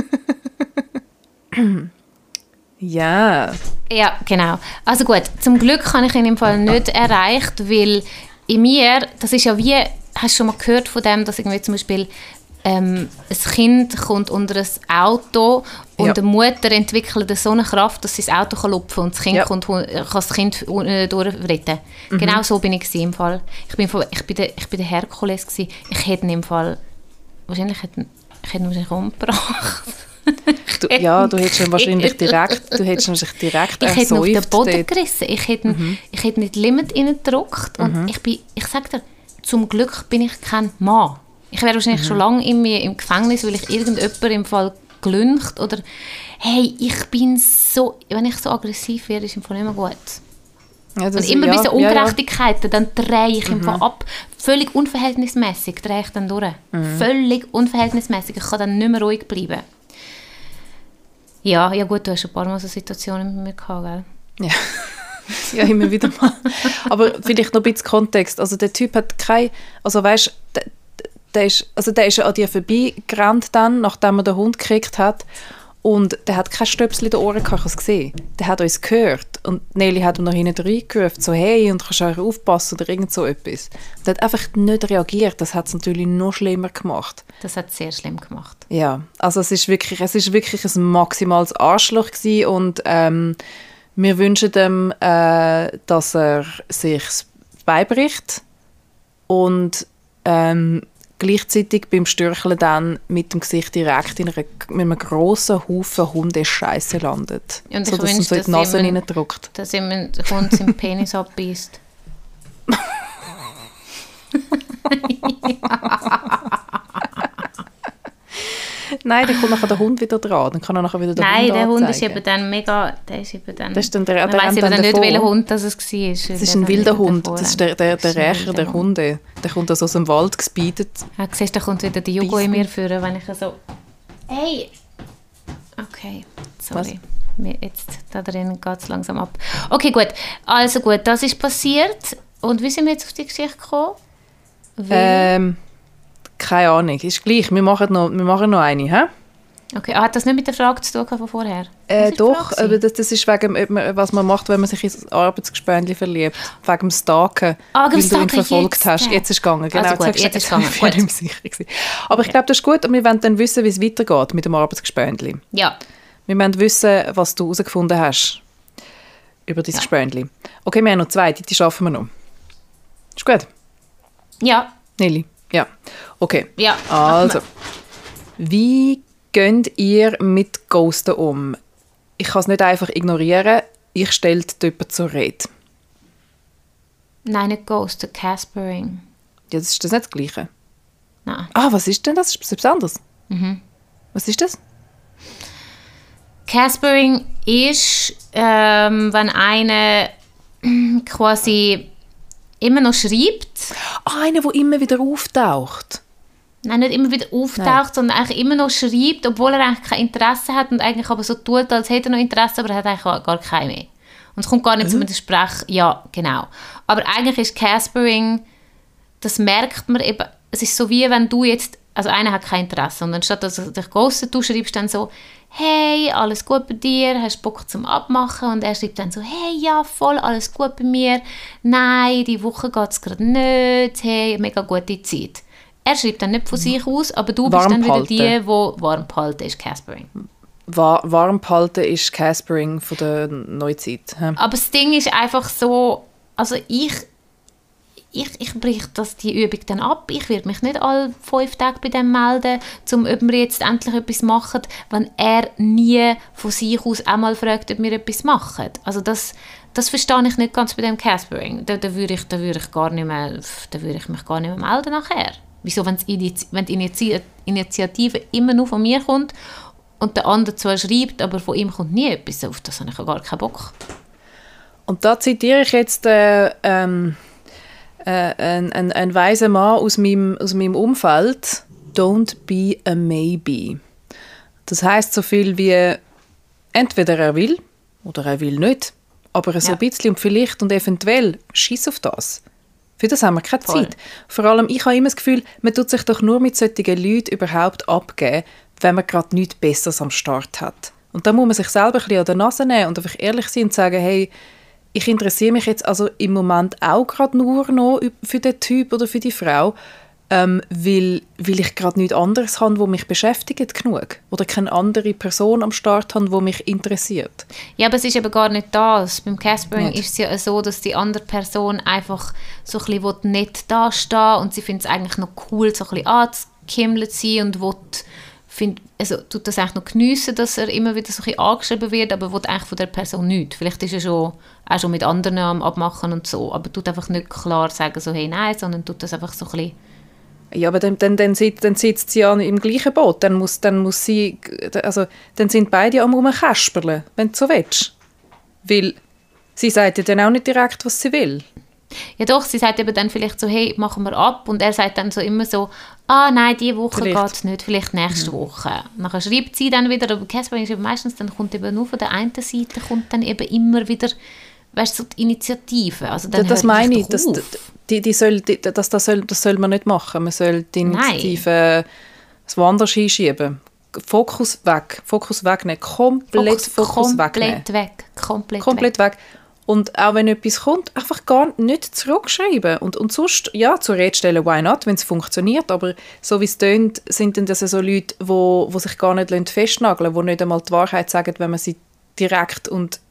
Ja. Ja, genau. Also gut, zum Glück habe ich ihn im Fall nicht erreicht, weil in mir, das ist ja wie, hast du schon mal gehört von dem, dass irgendwie zum Beispiel ein Kind kommt unter ein Auto und die Mutter entwickelt so eine Kraft, dass sie das Auto lupfen kann und das Kind kann das Kind durchretten. Mhm. Genau so bin ich im Fall. Ich bin der Herkules gewesen. Ich hätte ihn im Fall wahrscheinlich umgebracht. Du hättest ihn wahrscheinlich direkt ersäuft. Ich hätte ihn auf den Boden gerissen. Ich hätte ihn in die Limit reingedrückt. Und ich sage dir, zum Glück bin ich kein Mann. Ich wäre wahrscheinlich schon lange im Gefängnis, weil ich irgendjemand im Fall gelüncht oder hey, ich bin so, wenn ich so aggressiv werde, ist im Fall nicht mehr gut. Ja, und immer bei so Ungerechtigkeiten, dann drehe ich einfach ab. Völlig unverhältnismäßig drehe ich dann durch. Völlig unverhältnismäßig. Ich kann dann nicht mehr ruhig bleiben. Ja gut, du hast ein paar Mal so Situationen mit mir gehabt, gell? Ja. Ja, immer wieder mal. Aber vielleicht noch ein bisschen Kontext. Also der Typ hat kein... Also weißt du, der ist an dir vorbeigerannt dann, nachdem er den Hund gekriegt hat. Und der hat kein Stöpsel in den Ohren gehabt, ich habe es gesehen. Der hat uns gehört. Und Nelly hat ihm noch hinten reingerufen, so «Hey, und kannst du auch aufpassen?» oder irgend so etwas. Der hat einfach nicht reagiert. Das hat es natürlich noch schlimmer gemacht. Das hat es sehr schlimm gemacht. Ja, also es ist wirklich ein maximales Arschloch gewesen. Und wir wünschen ihm, dass er sich beibricht und gleichzeitig beim Störcheln dann mit dem Gesicht direkt mit einem grossen Haufen Hundescheiße landet. Und so, dass er so in die Nase reindrückt. Dass ihm ein Hund seinen Penis abbeißt. Nein, dann kommt nachher der Hund wieder dran. Dann kann er nachher wieder den Hund anzeigen. Nein, der Hund ist eben dann mega... Das ist dann der man weiss eben dann nicht, welcher Hund das es war. Das ist ein wilder Hund. Das ist der Rächer der Hunde. Der kommt also aus dem Wald gespeedet. Ja, siehst du, da kommt wieder der Jugo in mir führen, wenn ich so... Hey! Okay, sorry. Jetzt da drin geht es langsam ab. Okay, gut. Also gut, das ist passiert. Und wie sind wir jetzt auf die Geschichte gekommen? Keine Ahnung, ist gleich. Wir machen noch eine, hä? Okay, hat das nicht mit der Frage zu tun von vorher? Doch, aber das ist wegen, was man macht, wenn man sich ins Arbeitsgespendli verliebt. Wegen dem Stalken, weil du ihn verfolgt hast. Jetzt ist es gegangen. Genau, also gut, jetzt ist es gegangen. Aber ich glaube, das ist gut und wir wollen dann wissen, wie es weitergeht mit dem Arbeitsgespendli. Ja. Wir wollen wissen, was du herausgefunden hast über dein Gespendli. Okay, wir haben noch 2, die schaffen wir noch. Ist gut? Ja. Nelly? Ja. Okay. Ja. Also, wie geht ihr mit Ghosten um? Ich kann es nicht einfach ignorieren. Ich stelle jemanden zur Rede. Nein, nicht Ghosten, Caspering. Ja, das ist das nicht das Gleiche? Nein. Was ist denn das? Ist etwas anderes? Was ist das? Caspering ist, wenn einer quasi immer noch schreibt. Einer, der immer wieder auftaucht. Nein, nicht immer wieder auftaucht, sondern eigentlich immer noch schreibt, obwohl er eigentlich kein Interesse hat und eigentlich aber so tut, als hätte er noch Interesse, aber er hat eigentlich gar kein mehr. Und es kommt gar nicht zu einem Gespräch. Ja, genau. Aber eigentlich ist Caspering, das merkt man eben, es ist so wie wenn du jetzt, also einer hat kein Interesse und anstatt dass er dich ghostet, du schreibst dann so, hey, alles gut bei dir, hast du Bock zum Abmachen? Und er schreibt dann so, hey, ja, voll, alles gut bei mir. Nein, die Woche geht es gerade nicht. Hey, mega gute Zeit. Er schreibt dann nicht von sich aus, aber du bist dann wieder die warm behalten ist Caspering. Warm behalten ist Caspering von der Neuzeit. He? Aber das Ding ist einfach so, also ich breche die Übung dann ab. Ich werde mich nicht alle 5 Tage bei dem melden, ob wir jetzt endlich etwas machen, wenn er nie von sich aus einmal fragt, ob wir etwas machen. Also das verstehe ich nicht ganz bei dem Caspering. Da würde ich mich gar nicht mehr melden nachher. Wieso, wenn die Initiative immer nur von mir kommt und der andere zwar schreibt, aber von ihm kommt nie etwas, auf das habe ich gar keinen Bock. Und da zitiere ich jetzt ein weiser Mann aus meinem Umfeld, «Don't be a maybe». Das heisst so viel wie, entweder er will oder er will nicht, aber so ein bisschen und vielleicht und eventuell, schiss auf das. Für das haben wir keine Zeit. Vor allem, ich habe immer das Gefühl, man tut sich doch nur mit solchen Leuten überhaupt abgeben, wenn man gerade nichts Besseres am Start hat. Und da muss man sich selber ein bisschen an der Nase nehmen und einfach ehrlich sein und sagen, hey, ich interessiere mich jetzt also im Moment auch gerade nur noch für den Typ oder für die Frau, weil ich gerade nichts anderes habe, das mich beschäftigt genug. Oder keine andere Person am Start habe, die mich interessiert. Ja, aber es ist eben gar nicht das. Beim Caspering ist es ja so, dass die andere Person einfach so ein bisschen nicht dastehen und sie findet es eigentlich noch cool, so ein bisschen angekimmelt zu sein und tut das eigentlich noch geniessen, dass er immer wieder so ein bisschen angeschrieben wird, aber will eigentlich von der Person nichts. Vielleicht ist er auch schon mit anderen am Abmachen und so, aber tut einfach nicht klar sagen, so hey, nein, sondern tut das einfach so ein bisschen. Ja, aber dann sitzt sie ja im gleichen Boot. Dann sind beide am Rumkasperlen, wenn du so willst. Weil Sie sagt ja dann auch nicht direkt, was sie will. Ja doch, sie sagt eben dann vielleicht so, hey, machen wir ab. Und er sagt dann so immer so, nein, diese Woche geht es nicht, vielleicht nächste Woche. Nachher schreibt sie dann wieder, aber Caspering ist meistens, dann kommt eben nur von der einen Seite, kommt dann eben immer wieder, weißt du, so die Initiative. Also dann das meine ich, das soll man nicht machen. Man soll die Initiative woanders hinschieben. Fokus wegnehmen, komplett Fokus wegnehmen. Komplett weg. Und auch wenn etwas kommt, einfach gar nicht zurückschreiben. Und sonst, ja, zur Rede stellen, why not, wenn es funktioniert. Aber so wie es tönt, sind dann das so Leute, die sich gar nicht festnageln lassen, die nicht einmal die Wahrheit sagen, wenn man sie direkt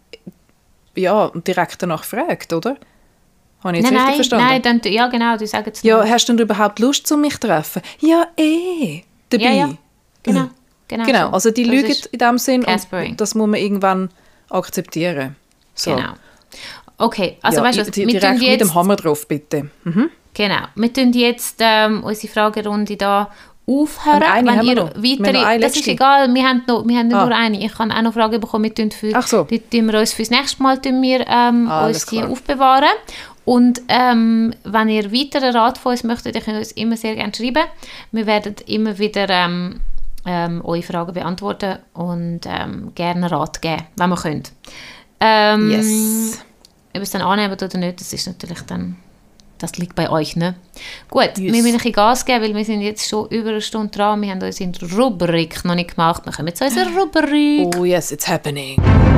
direkt danach fragt, oder? Habe ich jetzt richtig verstanden? Nein, dann, ja genau, die sagen es ja, hast du denn überhaupt Lust, zu mich zu treffen? Ja, dabei. Ja, genau. Genau, also die lügen in dem Sinn und das muss man irgendwann akzeptieren. So. Genau. Okay, also weißt du was, direkt mit dem Hammer drauf, bitte. Genau, wir tun jetzt unsere Fragerunde da aufhören. Wenn ihr weitere, das ist egal, wir haben nur eine. Ich habe auch noch Fragen bekommen, die tun wir uns fürs nächste Mal uns die aufbewahren. Und wenn ihr weitere Rat von uns möchtet, ihr könnt uns immer sehr gerne schreiben. Wir werden immer wieder eure Fragen beantworten und gerne Rat geben, wenn wir können. Yes. Ob ihr es dann annehmen oder nicht, das ist natürlich dann, das liegt bei euch, ne? Gut, wir müssen ein bisschen Gas geben, weil wir sind jetzt schon über eine Stunde dran. Wir haben unsere Rubrik noch nicht gemacht. Wir kommen zu unserer Rubrik. Oh yes, it's happening.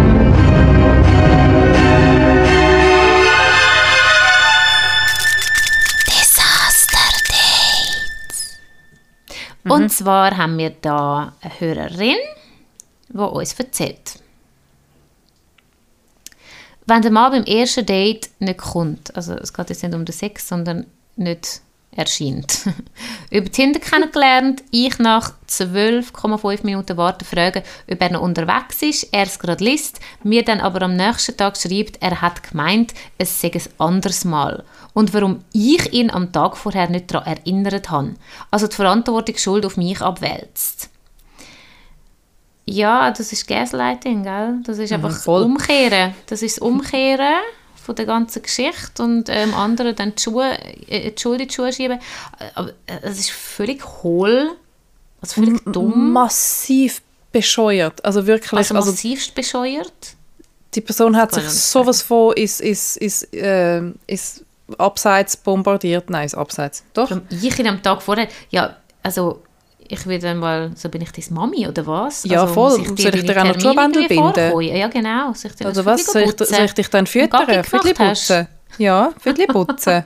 Disaster Dates. Und zwar haben wir da eine Hörerin, die uns erzählt. Wenn der Mann beim ersten Date nicht kommt, also es geht jetzt nicht um den Sex, sondern nicht erscheint. Über Tinder kennengelernt, ich nach 12,5 Minuten Warten frage, ob er noch unterwegs ist, er es gerade liest, mir dann aber am nächsten Tag schreibt, er hat gemeint, es sei ein anderes Mal. Und warum ich ihn am Tag vorher nicht daran erinnert habe. Also die Verantwortung Schuld auf mich abwälzt. Ja, das ist Gaslighting, gell? Das ist einfach Umkehren. Das ist das Umkehren von der ganzen Geschichte und anderen dann die Schuld in die Schuhe schieben. Aber es ist völlig hohl, also völlig dumm. Massiv bescheuert. Also wirklich. Also massivst bescheuert. Die Person hat sich sowas von ist abseits bombardiert. Nein, ist abseits. Doch? Ich in am Tag vorher, ja, also ich will dann mal, so bin ich deine Mami oder was? Ja, also, voll. Soll ich dir auch noch Schuhbändel binden? Ja, genau. Oder was? Soll ich dich dann füttern? Füdli putzen? Ja, Füdli putzen.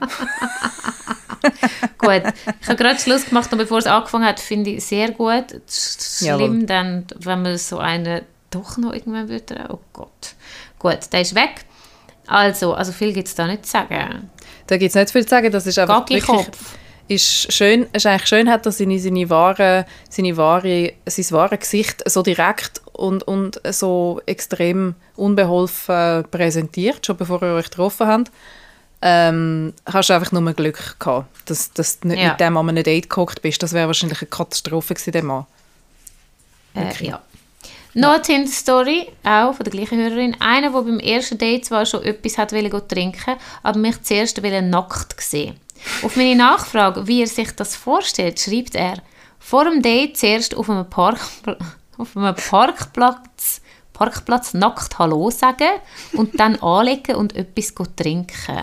Gut. Ich habe gerade Schluss gemacht und bevor es angefangen hat, finde ich sehr gut. Schlimm dann, wenn man so einen doch noch irgendwann würde. Oh Gott. Gut, der ist weg. Also viel gibt es da nicht zu sagen. Da gibt es nicht viel zu sagen. Das ist einfach wirklich... ist eigentlich schön, hat er sein wahre Gesicht so direkt und so extrem unbeholfen präsentiert, schon bevor ihr euch getroffen habt. Hast du einfach nur Glück gehabt, dass du nicht mit dem an einem Date gehockt bist. Das wäre wahrscheinlich eine Katastrophe gewesen, der Mann. Ja. Noch eine Tinder-Story, auch von der gleichen Hörerin. Einer, der beim ersten Date zwar schon etwas wollte trinken, aber mich zuerst nackt sehen. Auf meine Nachfrage, wie er sich das vorstellt, schreibt er, vor dem Date zuerst auf einem Parkplatz nackt Hallo sagen und dann anlegen und etwas trinken.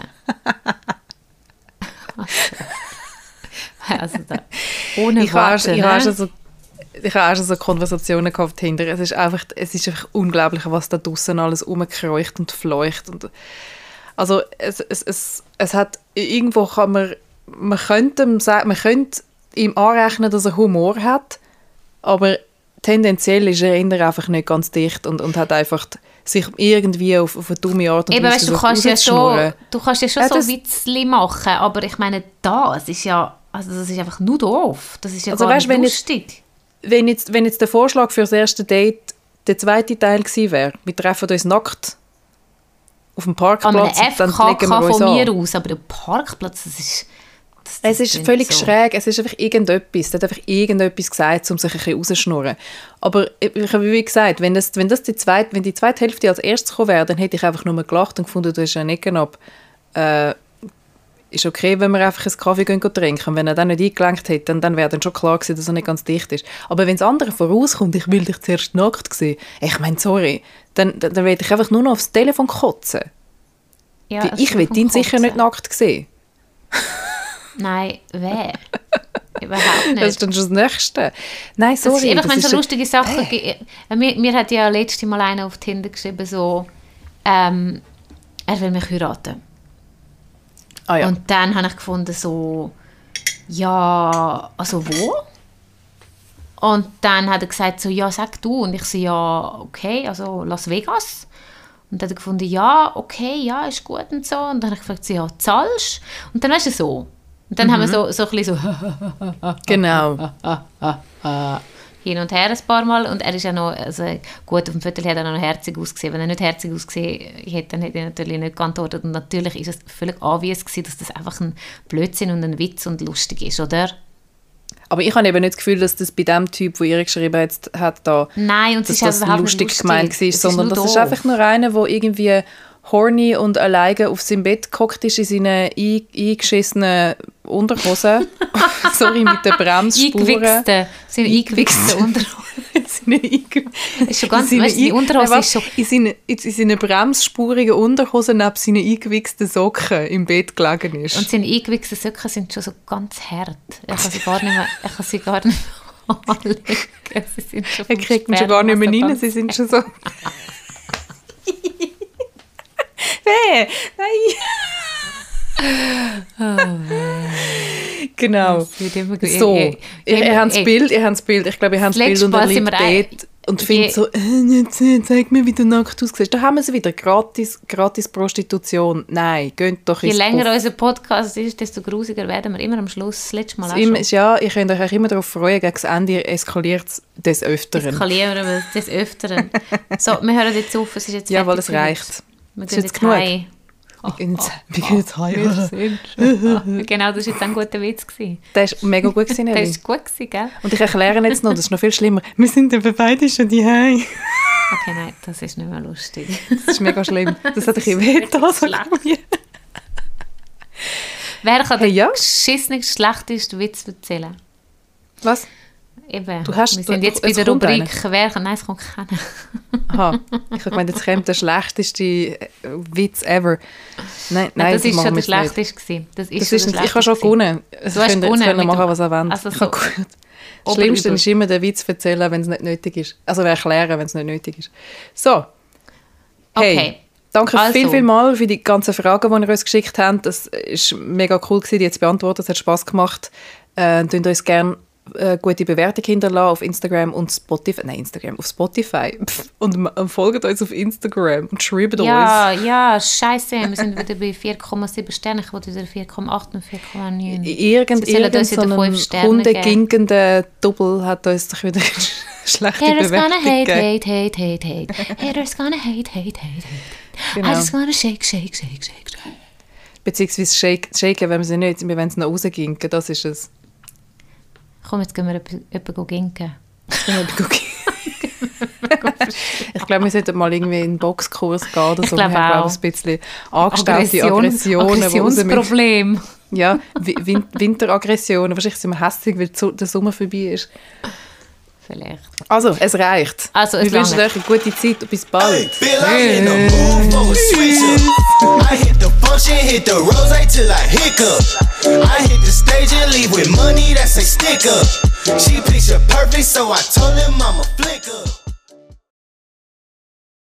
Also da, ohne Worte. Ich habe auch schon so Konversationen auf Tinder. Es ist einfach unglaublich, was da draussen alles rumkreucht und fleucht. Und also es hat irgendwo man könnte ihm anrechnen, dass er Humor hat, aber tendenziell ist er einfach nicht ganz dicht und hat einfach sich irgendwie auf eine dumme Art und Weise du kannst ja schon so Witzli machen, aber ich meine, das ist einfach nur doof. Das ist ja gar nicht lustig. Wenn jetzt der Vorschlag für das erste Date der zweite Teil gewesen wäre, wir treffen uns nackt auf dem Parkplatz, dann legen wir uns von mir aus, aber der Parkplatz, das ist Es ist völlig so schräg. Es ist einfach irgendetwas. Er hat einfach irgendetwas gesagt, um sich ein bisschen rauszuschnurren. Aber ich habe wie gesagt, wenn die zweite Hälfte als erstes gekommen wäre, dann hätte ich einfach nur gelacht und gefunden, du hast einen Ecken ab. Ist okay, wenn wir einfach einen Kaffee trinken. Und wenn er dann nicht eingelenkt hätte, dann wäre dann schon klar gewesen, dass er nicht ganz dicht ist. Aber wenn das andere vorauskommt, ich will dich zuerst nackt sehen, ich meine, sorry, dann will ich einfach nur noch aufs Telefon kotzen. Ja, ich will ihn sicher nicht nackt sehen. Nein, wer? Überhaupt nicht. Das ist dann schon das Nächste. Nein, sorry. Das ist einfach, wenn es so lustige Sachen gibt. Mir hat ja letztes Mal einer auf Tinder geschrieben, so, er will mich heiraten. Ah, ja. Und dann habe ich gefunden, so, ja, also wo? Und dann hat er gesagt, so, ja, sag du. Und ich so, ja, okay, also Las Vegas. Und dann hat er gefunden, ja, okay, ja, ist gut und so. Und dann habe ich gefragt, so, ja, zahlst? Und dann weißt du so. Und dann haben wir so ein bisschen so genau. hin und her ein paar Mal. Und er ist ja noch, also gut, auf dem Foto hat er noch herzig ausgesehen. Wenn er nicht herzig ausgesehen hätte, dann hätte er natürlich nicht geantwortet. Und natürlich ist es völlig obvious gewesen, dass das einfach ein Blödsinn und ein Witz und lustig ist, oder? Aber ich habe eben nicht das Gefühl, dass das bei dem Typ, der ihr geschrieben hat, da, nein, und dass das lustig gemeint war, sondern das ist einfach nur einer, der irgendwie horny und alleine auf seinem Bett gehockt ist in seinen eingeschissenen Unterhosen. Sorry, mit den Bremsspuren. Seine eingewichsten Unterhosen. Ist schon ganz, weißt du, die Unterhose ist schon... In seinen bremsspurigen Unterhosen neben seinen eingewichsten Socken im Bett gelegen ist. Und seine eingewichsten Socken sind schon so ganz hart. Ich kann sie gar nicht mehr anlegen. Sie sind schon er kriegt ihn schon gar nicht mehr rein, sie sind schon so... Weh, nein. Genau. So, ihr habt das Bild. Ich glaube, ihr habt das Bild und er liegt dort und findet so, zeig mir, wie du nackt aussiehst. Da haben wir sie wieder, gratis Prostitution. Nein, geht doch ins Je länger unser Podcast ist, desto grusiger werden wir immer am Schluss. Das letzte Mal auch schon. Ja, ihr könnt euch immer darauf freuen, gegen das Ende eskaliert es des Öfteren. So, wir hören jetzt auf, es ist jetzt ja, weil es reicht. Wir gehen jetzt heim. Wir gehen jetzt heim. Genau, das war jetzt ein guter Witz. Der war mega gut, Nelly. Der war gut, gell? Und ich erkläre jetzt noch, das ist noch viel schlimmer. Wir sind aber beide schon daheim. Okay, nein, das ist nicht mehr lustig. Das ist mega schlimm. Das hat ein weh da. Wer kann den geschissensten, schlechtesten Witz erzählen? Was? Eben. Wir sind jetzt bei der Rubrik «Wer kann...» Nein, es kommt keiner. Aha, ich habe gemeint, jetzt kommt der schlechteste Witz ever. Nein, das ist schon der schlechteste. Ich habe schon gewonnen. Du hast gewonnen. Jetzt können wir machen, was er will. Also so das Schlimmste ist immer, den Witz erzählen, wenn es nicht nötig ist. Also erklären, wenn es nicht nötig ist. So. Hey. Okay. Danke vielmals für die ganzen Fragen, die ihr uns geschickt habt. Das war mega cool, die jetzt beantwortet. Es hat Spass gemacht. Könnt uns gerne gute Bewertung hinterlassen auf Instagram und Spotify. Nein, Instagram, auf Spotify. Und folgt uns auf Instagram und schreibt uns. Ja, scheiße. Wir sind wieder bei 4,7 Sternen. Ich wollte wieder 4,8 und 4,9. Irgendein so ein hundeginkender Double hat uns doch wieder schlechte Bewertung gegeben. Haters gonna hate. Genau. I just wanna shake. Beziehungsweise shaken, wenn wir sie nicht, wir wollen es noch rausginken, das ist es. Komm, jetzt gehen wir jemanden ginken. Ich glaube, wir sollten mal irgendwie in einen Boxkurs gehen oder so. Ich glaube auch. Ein bisschen angestellte Aggressionen. Aggressionsproblem. Ja, Winteraggressionen. Wahrscheinlich sind wir hässlich, weil der Sommer vorbei ist. Vielleicht. Also, es reicht. Wir wünschen euch eine gute Zeit und bis bald. I hit the function, hit the rose till I hiccup. I hit the stage and leave with money that's a sticker. She picture perfect, so I told him I'm a flicker.